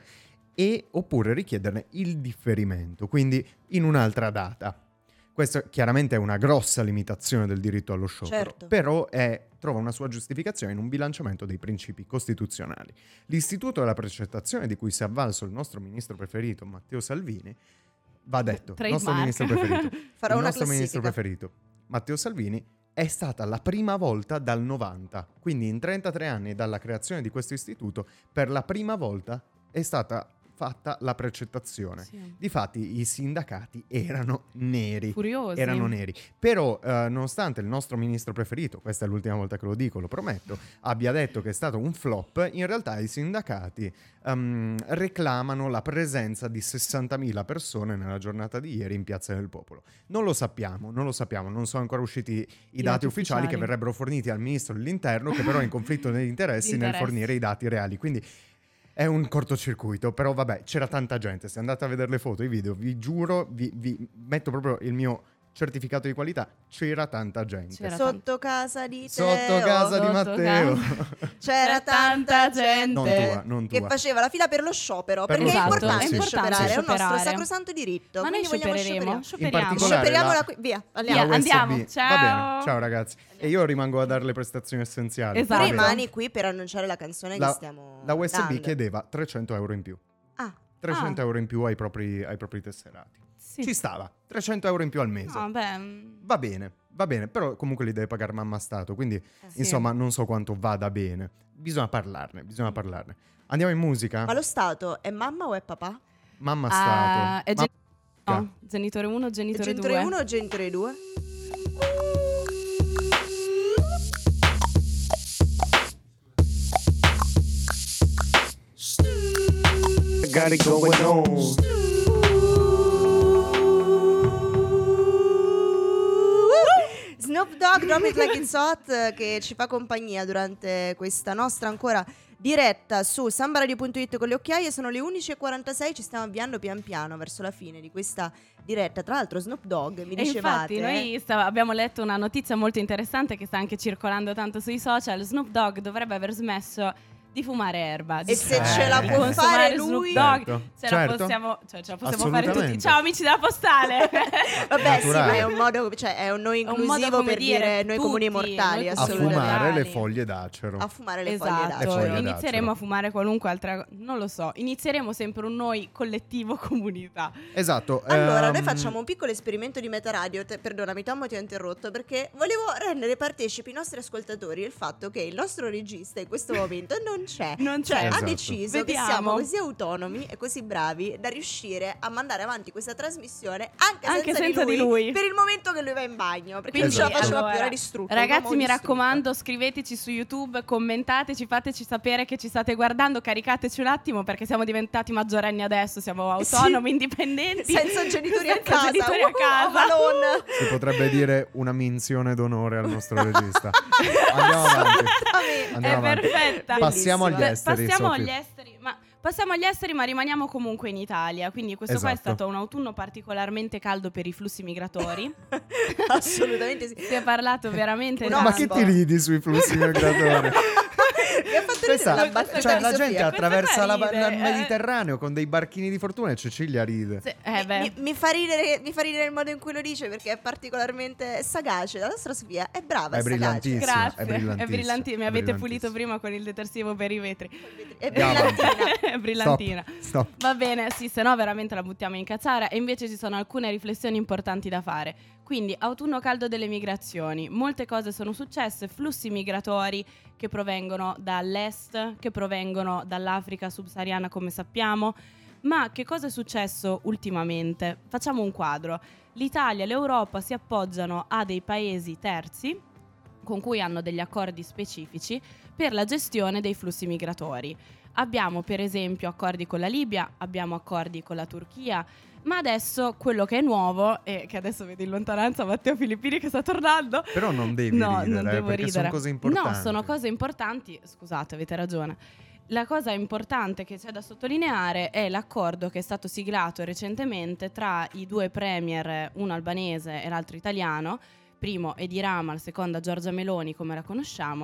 e oppure richiederne il differimento, quindi in un'altra data. Questa chiaramente è una grossa limitazione del diritto allo sciopero, certo. però è, trova una sua giustificazione in un bilanciamento dei principi costituzionali. L'istituto della precettazione, di cui si è avvalso il nostro ministro preferito Matteo Salvini, va detto, il nostro ministro preferito, Farò il una nostro classifica. ministro preferito Matteo Salvini, è stata la prima volta dal novanta, quindi in trentatré anni dalla creazione di questo istituto, per la prima volta è stata fatta la precettazione. Sì. Difatti i sindacati erano neri. Furiosi. Erano neri. Però eh, nonostante il nostro ministro preferito, questa è l'ultima volta che lo dico, lo prometto, abbia detto che è stato un flop, in realtà i sindacati um, reclamano la presenza di sessantamila persone nella giornata di ieri in Piazza del Popolo. Non lo sappiamo, non lo sappiamo, non sono ancora usciti i, I dati, dati ufficiali, ufficiali che verrebbero forniti al ministro dell'Interno, che però è in conflitto di interessi nel fornire i dati reali. Quindi è un cortocircuito, però vabbè, c'era tanta gente. Se andate a vedere le foto, i video, vi giuro, vi, vi metto proprio il mio certificato di qualità, c'era tanta gente. C'era Sotto casa di Teo, Sotto casa di sotto Matteo. c'era C'era tanta tanta gente Non tua, non che tua. faceva la fila per lo sciopero, Per perché lo è sciopero, importante sì. scioperare, Sì. è un nostro Scioperare. sacrosanto diritto. Ma noi quindi vogliamo sciopereremo, scioperiamo. In scioperiamo. particolare Scioperiamo la- la qui- via, Via, andiamo. La U S B. andiamo, Va ciao. bene, ciao ragazzi. E io rimango a dare le prestazioni essenziali. Esatto. Va bene? Rimani qui per annunciare la canzone La, che stiamo la U S B dando. chiedeva trecento euro in più. Ah, trecento Ah. euro in più ai propri, ai propri tesserati. Sì. Ci stava, trecento euro in più al mese. No, beh, mm, Va bene, va bene, però comunque li deve pagare mamma Stato, quindi eh sì. insomma non so quanto vada bene. Bisogna parlarne, bisogna parlarne. Andiamo in musica? Ma lo Stato è mamma o è papà? Mamma ah, Stato. è gen- Ma- no, genitore uno, È genitore genitore due. uno o genitore due? Got it going on. Snoop Dogg, Drop It Like It's Hot, eh, che ci fa compagnia durante questa nostra ancora diretta su sambaradio punto it con le occhiaie. Sono le undici e quarantasei, ci stiamo avviando pian piano verso la fine di questa diretta. Tra l'altro Snoop Dogg, mi E dicevate, infatti noi stava- abbiamo letto una notizia molto interessante che sta anche circolando tanto sui social. Snoop Dogg dovrebbe aver smesso di fumare erba. Di E se ce la di può consumare fare Snoop lui? Dogg, Certo, ce certo. la possiamo, cioè, ce la possiamo fare tutti. Assolutamente. Ciao amici della postale. Vabbè, sì, Naturale. ma è un modo, cioè è un no un modo inclusivo come per dire, dire noi tutti, comuni mortali, noi A comuni assolutamente. fumare le mortali. foglie d'acero. A fumare le foglie Esatto, Le foglie d'acero. d'acero. inizieremo a fumare qualunque altra, non lo so, inizieremo sempre un noi collettivo comunità. Esatto. Allora, ehm, noi facciamo un piccolo esperimento di Metaradio. Te- perdonami, Tommo, ti ho interrotto perché volevo rendere partecipi i nostri ascoltatori del fatto che il nostro regista in questo momento non c'è. Non Cioè, c'è. ha Esatto. deciso Vediamo. che siamo così autonomi e così bravi da riuscire a mandare avanti questa trasmissione anche, Anche senza, senza di, di lui, lui. per il momento che lui va in bagno. Perché Quindi, non ce la faceva allora, più, era distrutto. Ragazzi, l'uomo mi distrutto. raccomando, scriveteci su YouTube, commentateci, fateci sapere che ci state guardando, caricateci un attimo perché siamo diventati maggiorenni adesso, siamo autonomi, Sì. indipendenti. Senza genitori a Senza casa. genitori a Uh, casa. Avalon. Si potrebbe dire una minzione d'onore al nostro regista. Andiamo avanti. Esattamente. Andiamo È avanti. perfetta. Passiamo agli Bellissima. esteri. Passiamo Sofì. agli esteri, ma passiamo agli esteri, ma rimaniamo comunque in Italia. Quindi questo qua è Esatto. stato un autunno particolarmente caldo per i flussi migratori. Assolutamente sì. Si è parlato veramente Un tanto. Ma che ti ridi sui flussi migratori? Mi ha fatto Questa- ridere la battuta cioè, di la Sofia. gente attraversa fa la, ridere, la- il eh. Mediterraneo con dei barchini di fortuna e Cecilia ride. Sì, eh, beh. Mi, mi fa ridere, mi fa ridere il modo in cui lo dice perché è particolarmente sagace. La nostra Sofia è brava, È è, sagace. brillantissima. Grazie, è brillantissima, è brillantissima. Mi è avete brillantissima. pulito prima con il detersivo per i vetri. È Andiamo avanti. brillantina. È brillantina. Stop, stop. Va bene, sì, se no veramente la buttiamo in cacciara. E invece ci sono alcune riflessioni importanti da fare. Quindi, autunno caldo delle migrazioni. Molte cose sono successe, flussi migratori che provengono dall'est, che provengono dall'Africa subsahariana, come sappiamo. Ma che cosa è successo ultimamente? Facciamo un quadro. L'Italia e l'Europa si appoggiano a dei paesi terzi con cui hanno degli accordi specifici per la gestione dei flussi migratori. Abbiamo per esempio accordi con la Libia, abbiamo accordi con la Turchia, ma adesso quello che è nuovo, e che adesso vedo in lontananza Matteo Filippini che sta tornando. Però non devi No, ridere, non eh, devo perché ridere. sono cose importanti. No, sono cose importanti, scusate, avete ragione. La cosa importante che c'è da sottolineare è l'accordo che è stato siglato recentemente tra i due premier, uno albanese e l'altro italiano, primo Edi Rama, il seconda Giorgia Meloni, come la conosciamo,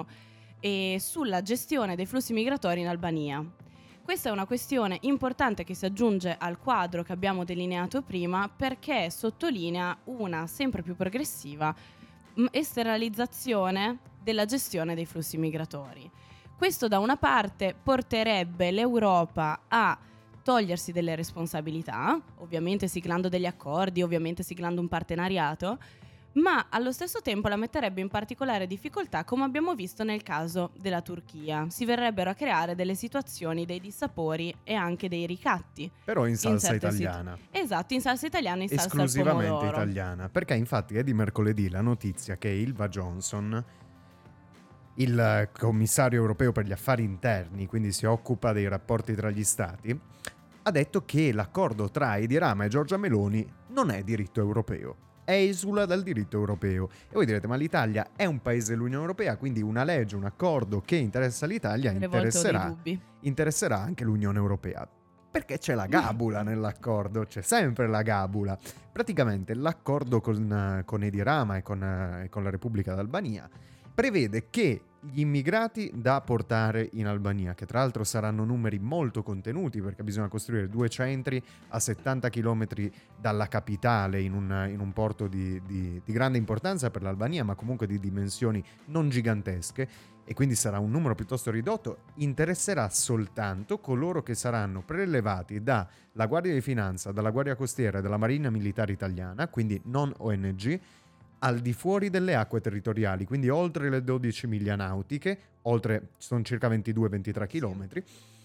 e sulla gestione dei flussi migratori in Albania. Questa è una questione importante che si aggiunge al quadro che abbiamo delineato prima perché sottolinea una sempre più progressiva mh, esternalizzazione della gestione dei flussi migratori. Questo da una parte porterebbe l'Europa a togliersi delle responsabilità, ovviamente siglando degli accordi, ovviamente siglando un partenariato, ma allo stesso tempo la metterebbe in particolare difficoltà, come abbiamo visto nel caso della Turchia. Si verrebbero a creare delle situazioni, dei dissapori e anche dei ricatti. Però in salsa certe italiana. situ- esatto, in salsa italiana, in salsa al Esclusivamente pomodoro. italiana. Perché infatti è di mercoledì la notizia che Ylva Johnson, il commissario europeo per gli affari interni, quindi si occupa dei rapporti tra gli stati, ha detto che l'accordo tra Edi Rama e Giorgia Meloni non è diritto europeo. Esula dal diritto europeo. E voi direte, ma l'Italia è un paese dell'Unione Europea, quindi una legge, un accordo che interessa l'Italia Delle volte ho dei interesserà, dubbi. interesserà anche l'Unione Europea. Perché c'è la gabula nell'accordo, c'è sempre la gabula. Praticamente l'accordo con, con Edi Rama e con, e con la Repubblica d'Albania prevede che gli immigrati da portare in Albania, che tra l'altro saranno numeri molto contenuti perché bisogna costruire due centri a settanta chilometri dalla capitale in un, in un porto di, di, di grande importanza per l'Albania, ma comunque di dimensioni non gigantesche, e quindi sarà un numero piuttosto ridotto, interesserà soltanto coloro che saranno prelevati dalla Guardia di Finanza, dalla Guardia Costiera e dalla Marina Militare Italiana, quindi non O N G, al di fuori delle acque territoriali, quindi oltre le dodici miglia nautiche, oltre sono circa ventidue ventitré chilometri,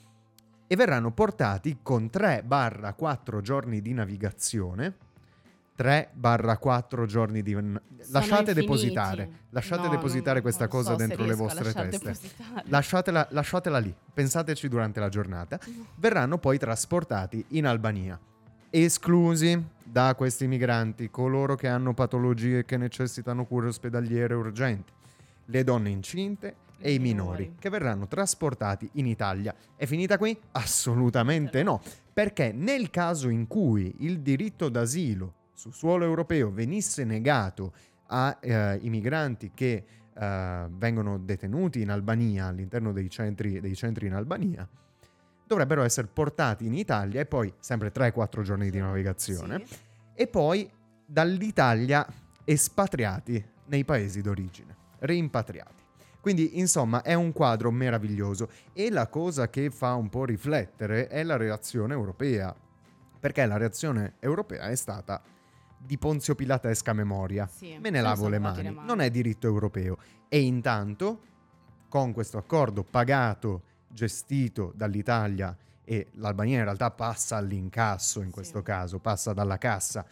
e verranno portati con tre quattro giorni di navigazione. tre quattro giorni di... Lasciate infiniti. depositare, lasciate No, depositare non- questa non cosa so se dentro le riesco a vostre lasciar teste. depositare. Lasciatela, lasciatela lì, pensateci durante la giornata. Verranno poi trasportati in Albania, esclusi da questi migranti coloro che hanno patologie che necessitano cure ospedaliere urgenti, le donne incinte e i minori, che verranno trasportati in Italia. È finita qui? Assolutamente no, perché nel caso in cui il diritto d'asilo su suolo europeo venisse negato ai eh, migranti che eh, vengono detenuti in Albania, all'interno dei centri, dei centri in Albania, dovrebbero essere portati in Italia e poi sempre tre quattro giorni di navigazione, Sì. e poi dall'Italia espatriati nei paesi d'origine, rimpatriati. Quindi insomma è un quadro meraviglioso, e la cosa che fa un po' riflettere è la reazione europea, perché la reazione europea è stata di Ponzio Pilatesca memoria. Sì, Me ne se ne lavo sono le lavati mani, le mani. non è diritto europeo. E intanto con questo accordo pagato, gestito dall'Italia, e l'Albania in realtà passa all'incasso in Sì. questo caso, passa dalla cassa,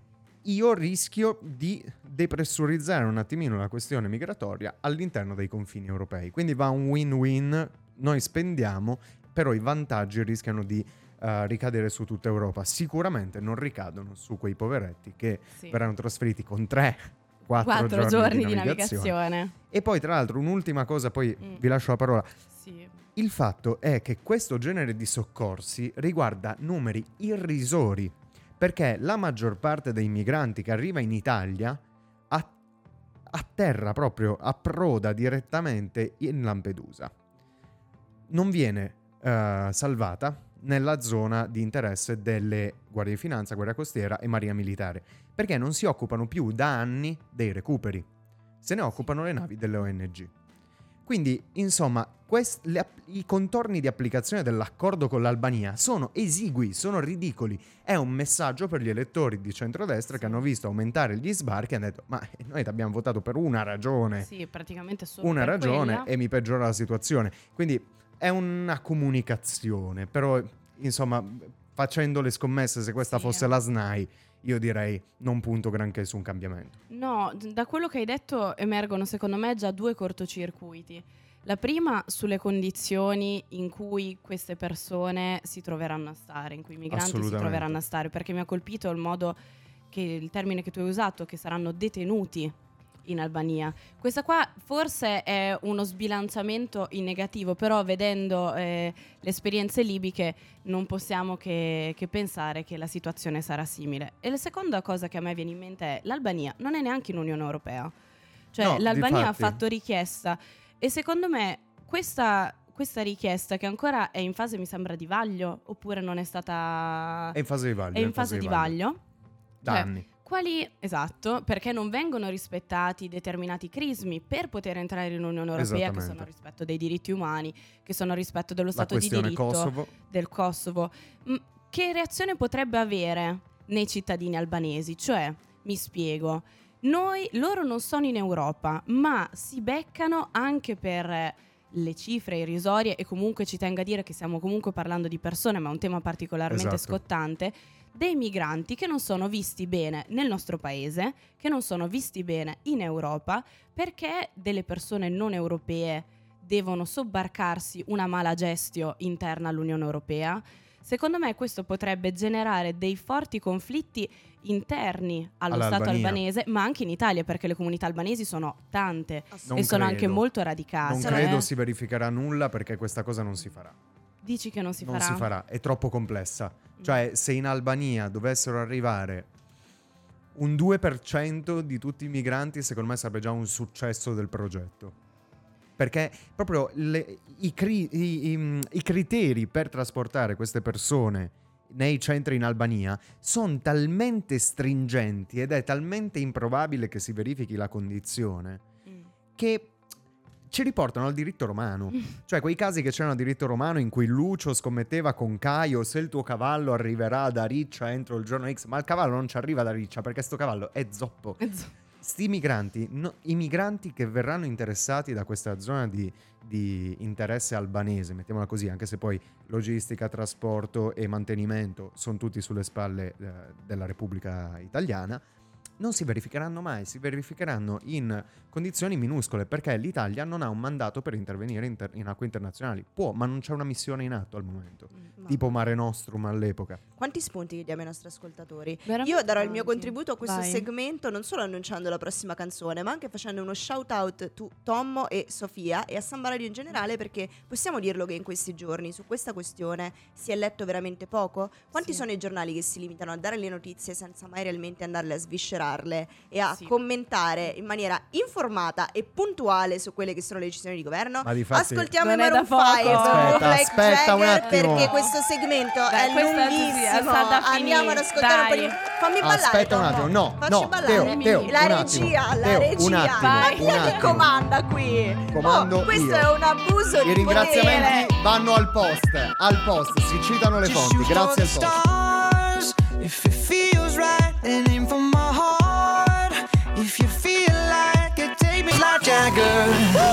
io rischio di depressurizzare un attimino la questione migratoria all'interno dei confini europei. Quindi va un win-win, noi spendiamo, però i vantaggi rischiano di uh, ricadere su tutta Europa. Sicuramente non ricadono su quei poveretti che Sì. verranno trasferiti con tre quattro Quattro giorni, giorni di di navigazione. navigazione. E poi tra l'altro un'ultima cosa, poi Mm. vi lascio la parola. Sì. Il fatto è che questo genere di soccorsi riguarda numeri irrisori, perché la maggior parte dei migranti che arriva in Italia a- atterra proprio, approda direttamente in Lampedusa. Non viene eh, salvata nella zona di interesse delle Guardie di Finanza, Guardia Costiera e Marina Militare, perché non si occupano più da anni dei recuperi, se ne occupano le navi delle O N G. Quindi, insomma, quest- le app- i contorni di applicazione dell'accordo con l'Albania sono esigui, sono ridicoli. È un messaggio per gli elettori di centrodestra Sì. che hanno visto aumentare gli sbarchi e hanno detto: ma noi ti abbiamo votato per una ragione, Sì, praticamente solo una per ragione, quella. e mi peggiora la situazione. Quindi è una comunicazione, però, insomma, facendo le scommesse, se questa Sì. fosse la S N A I, io direi non punto granché su un cambiamento. No, d- da quello che hai detto emergono secondo me già due cortocircuiti. La prima sulle condizioni in cui queste persone si troveranno a stare, in cui i migranti si Assolutamente. troveranno a stare, perché mi ha colpito il modo che il termine che tu hai usato, che saranno detenuti in Albania. Questa qua forse è uno sbilanciamento in negativo, però vedendo eh, le esperienze libiche non possiamo che, che pensare che la situazione sarà simile. E la seconda cosa che a me viene in mente è l'Albania non è neanche in Unione Europea. Cioè No, l'Albania difatti. ha fatto richiesta e secondo me questa, questa richiesta, che ancora è in fase mi sembra di vaglio, oppure non è stata... È in fase di vaglio. è in fase di vaglio. Da Cioè, anni. Quali, esatto, perché non vengono rispettati determinati crismi per poter entrare in Unione Europea, che Esattamente. sono il rispetto dei diritti umani, che sono il rispetto dello La Stato di questione diritto, Kosovo. del Kosovo. Mm, Che reazione potrebbe avere nei cittadini albanesi? Cioè, mi spiego, noi, loro non sono in Europa, ma si beccano anche per le cifre irrisorie, e comunque ci tengo a dire che stiamo comunque parlando di persone, ma è un tema particolarmente Esatto. scottante, dei migranti che non sono visti bene nel nostro paese, che non sono visti bene in Europa, perché delle persone non europee devono sobbarcarsi una mala gestio interna all'Unione Europea. Secondo me questo potrebbe generare dei forti conflitti interni allo Stato All'Albania. albanese, ma anche in Italia, perché le comunità albanesi sono tante Non e sono credo. anche molto radicate. Non Sono- credo eh. si verificherà nulla, perché questa cosa non si farà. Dici che non si non farà? si farà, è troppo complessa. Cioè, se in Albania dovessero arrivare un due per cento di tutti i migranti, secondo me sarebbe già un successo del progetto. Perché proprio le, i, cri, i, i, i criteri per trasportare queste persone nei centri in Albania sono talmente stringenti ed è talmente improbabile che si verifichi la condizione Mm. che ci riportano al diritto romano. Cioè quei casi che c'erano al diritto romano in cui Lucio scommetteva con Caio se il tuo cavallo arriverà da Riccia entro il giorno X, ma il cavallo non ci arriva da Riccia perché sto cavallo è zoppo. Sti migranti, no, i migranti che verranno interessati da questa zona di, di interesse albanese, mettiamola così, anche se poi logistica, trasporto e mantenimento sono tutti sulle spalle eh, della Repubblica Italiana, non si verificheranno mai, si verificheranno in condizioni minuscole perché l'Italia non ha un mandato per intervenire in, ter- in acque internazionali. Può, ma non c'è una missione in atto al momento, Mm, ma- tipo Mare Nostrum all'epoca. Quanti spunti diamo ai nostri ascoltatori? Veramente Io darò il mio tanti. contributo a questo Vai. segmento non solo annunciando la prossima canzone, ma anche facendo uno shout out to Tommo e Sofia e a Samba Radio in generale, perché possiamo dirlo che in questi giorni su questa questione si è letto veramente poco. Quanti Sì. sono i giornali che si limitano a dare le notizie senza mai realmente andarle a sviscerarle e a Sì. commentare in maniera informata e puntuale su quelle che sono le decisioni di governo? Ma difatti- Ascoltiamo i Non è Maroon da poco. five, Aspetta, Black aspetta un Jagger, attimo. perché questo segmento Beh, è questa sì, lunghissimo. sta da Andiamo ad finire. ascoltare un po' di... Dai. Fammi ballare, Aspetta un Tommo. attimo, no, Facci no, ballare. Teo, Teo, la un attimo. regia, la Teo, regia. un attimo, Ma un chi è che attimo. comanda qui? Comando Oh, questo io. è un abuso I di ringraziamenti potere. vanno al post, al post, si citano le fonti, grazie al post. Stars, if it feels right, and aim for my heart. If you feel like it, take me like Jagger.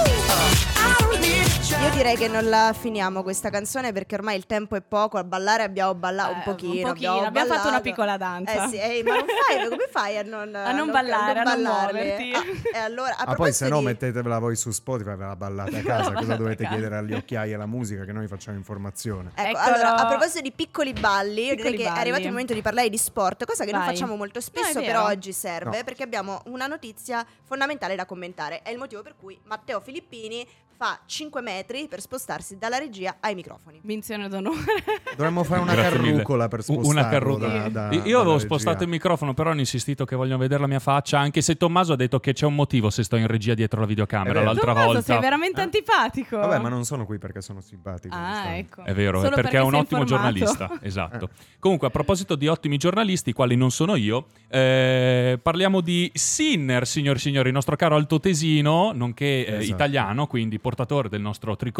I don't need a Io direi che non la finiamo questa canzone perché ormai il tempo è poco, a ballare abbiamo ballato un Eh, pochino. un pochino, abbiamo, abbiamo fatto una ballato. piccola danza. Eh sì, ehi, ma non fai, come fai a non, A non ballare, a non ballarle? muoverti. Ah, e allora, a Ma poi proposito se no di- mettetevela voi su Spotify, ve la ballate a casa, cosa ballate dovete a casa. chiedere agli occhiai e alla musica che noi facciamo informazione. Ecco, Eccolo. allora, a proposito di piccoli balli, io direi Piccoli che è balli. arrivato il momento di parlare di sport, cosa che non Vai. facciamo molto spesso, No, è però vero. oggi serve, No. perché abbiamo una notizia fondamentale da commentare. È il motivo per cui Matteo Filippini fa cinque metri per spostarsi dalla regia ai microfoni. Menzione d'onore. Dovremmo fare una Grazie mille. carrucola per U- spostarlo una carrucola. da, da, Io dalla avevo regia. spostato il microfono, però hanno insistito che vogliono vedere la mia faccia, anche se Tommaso ha detto che c'è un motivo se sto in regia dietro la È videocamera vero. l'altra Tommaso, volta. sei veramente Eh? antipatico. Vabbè, ma non sono qui perché sono simpatico. Ah, onestamente. ecco. È vero, Solo è perché è un sei ottimo informato. giornalista. Esatto. Comunque, a proposito di ottimi giornalisti, quali non sono io, eh, parliamo di Sinner, signori e signori, il nostro caro altoatesino, nonché eh, Esatto. italiano, quindi portatore del nostro tricolore,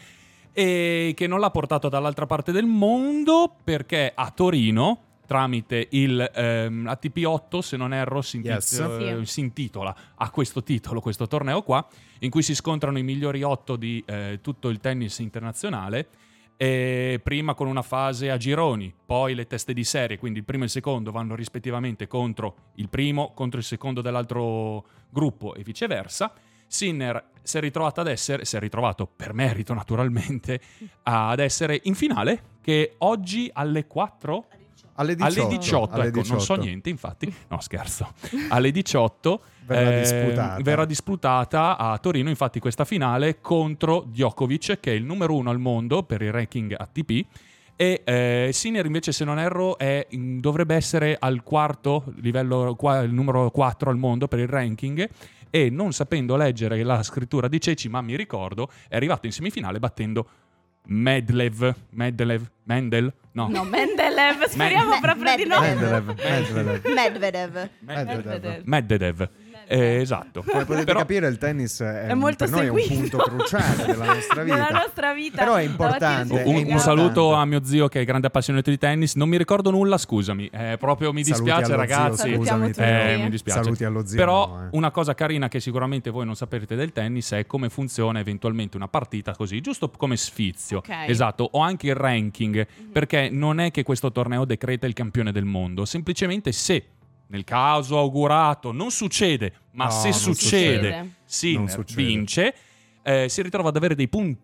e che non l'ha portato dall'altra parte del mondo perché a Torino, tramite il ehm, A T P otto, se non erro, si, inti- Yes. eh, Sì. si intitola a questo titolo, questo torneo qua, in cui si scontrano i migliori otto di eh, tutto il tennis internazionale. E prima con una fase a gironi, poi le teste di serie, quindi il primo e il secondo vanno rispettivamente contro il primo, contro il secondo dell'altro gruppo e viceversa. Sinner si è ritrovato ad essere, si è ritrovato per merito naturalmente, ad essere in finale, che oggi alle quattro? Alle diciotto. Alle diciotto, alle ecco, non so diciotto. niente, infatti, no scherzo, alle diciotto Verrà eh, disputata. verrà disputata a Torino, infatti, questa finale contro Djokovic, che è il numero uno al mondo per il ranking A T P, e eh, Sinner invece, se non erro, è, in- dovrebbe essere al quarto livello, qua- il numero quattro al mondo per il ranking, e non sapendo leggere la scrittura di Ceci, ma mi ricordo, è arrivato in semifinale battendo Medlev, Medlev, Mendel, no, No, Mendeleev, speriamo Me- proprio di no. Medvedev. Medvedev, Medvedev. Medvedev. Medvedev. Medvedev. Eh, esatto. Come potete Però- capire, il tennis è, È un- molto per noi è un seguito. punto cruciale della nostra vita. Nella nostra vita. Però è La importante, mattina è si Un, un spiega. importante. saluto a mio zio che è grande appassionato di tennis. Non mi ricordo nulla, scusami. Eh, proprio mi Saluti dispiace, allo ragazzi. Zio, scusami, Salutiamo Teo. Eh, mi dispiace. Saluti allo zio. Però no, eh. una cosa carina che sicuramente voi non saprete del tennis è come funziona eventualmente una partita così, giusto come sfizio. Ok. Esatto, o anche il ranking, perché non è che questo torneo decreta il campione del mondo, semplicemente se nel caso augurato non succede, ma No, se non succede, succede. Non Sinner succede. vince, eh, si ritrova ad avere dei punti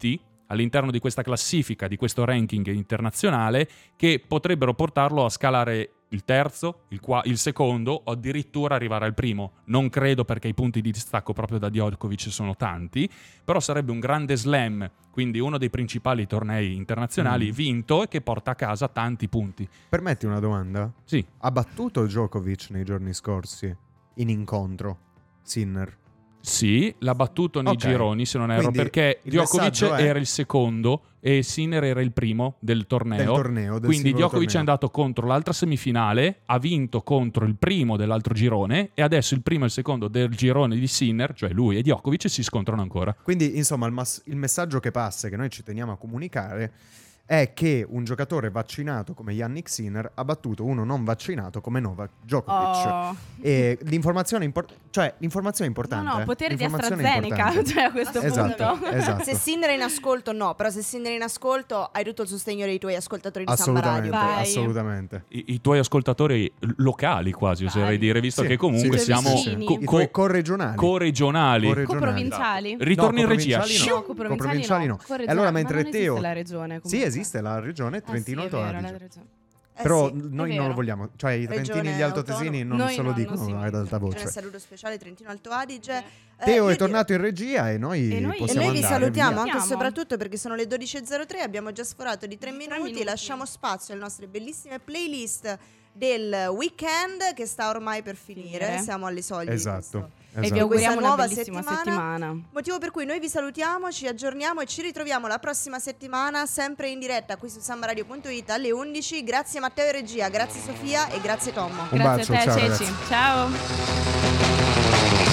all'interno di questa classifica, di questo ranking internazionale, che potrebbero portarlo a scalare il terzo, il, qua- il secondo o addirittura arrivare al primo. Non credo, perché i punti di distacco proprio da Djokovic sono tanti, però sarebbe un grande slam, quindi uno dei principali tornei internazionali Mm. vinto e che porta a casa tanti punti. Permetti una domanda? Sì, Ha battuto Djokovic nei giorni scorsi in incontro Sinner? sì, l'ha battuto nei Ok. gironi, se non erro, Quindi perché il Djokovic messaggio è- era il secondo e Sinner era il primo del torneo. Del torneo, del Quindi singolo Djokovic è torneo. andato contro l'altra semifinale, ha vinto contro il primo dell'altro girone e adesso il primo e il secondo del girone di Sinner, cioè lui e Djokovic, si scontrano ancora. Quindi, insomma, il, mas- il messaggio che passa, che noi ci teniamo a comunicare, è che un giocatore vaccinato come Yannick Sinner ha battuto uno non vaccinato come Novak Djokovic. Oh. E l'informazione, impor- cioè, l'informazione è No, importante. no, poteri di L'informazione è AstraZeneca, importante. cioè a questo Esatto, punto. esatto. Se Sinner è in ascolto, no, però se Sinner è in ascolto hai tutto il sostegno dei tuoi ascoltatori di Samba Assolutamente, Radio. Vai. assolutamente. I, i tuoi ascoltatori locali quasi, Vai. oserei dire, visto Sì, che comunque sì, sì, siamo sì, sì. co- I tuoi co- corregionali. co-regionali. Corre- Coprovinciali? Ritorni No, in regia. coprovinciali no. No, coprovinciali Coprovinciali no. no. Corregionali, E allora ma mentre non Teo- esiste la regione, Sì, comunque. esiste la regione Trentino Ah, Alto sì, è vero, Adige. la regione. Eh Però sì, noi è non vero. lo vogliamo, cioè i Regione trentini e gli altoatesini non Noi se lo no, non dicono si ad alta C'è un voce. saluto speciale Trentino Alto Adige. Eh, Teo io è ti- tornato in regia e noi, E noi- E possiamo noi vi andare salutiamo via. anche e Salutiamo. soprattutto perché sono le dodici e zero tre, abbiamo già sforato di tre Tre minuti, minuti. lasciamo spazio alle nostre bellissime playlist del weekend che sta ormai per finire, Finire. siamo alle soglie. Esatto, di questo. E vi esatto. auguriamo una nuova bellissima settimana. settimana. Motivo per cui noi vi salutiamo, ci aggiorniamo e ci ritroviamo la prossima settimana sempre in diretta qui su sambaradio punto it alle undici. Grazie Matteo e regia, grazie Sofia e grazie Tommo. Un Grazie bacio, a te, ciao, Ceci. ragazzi. Ciao.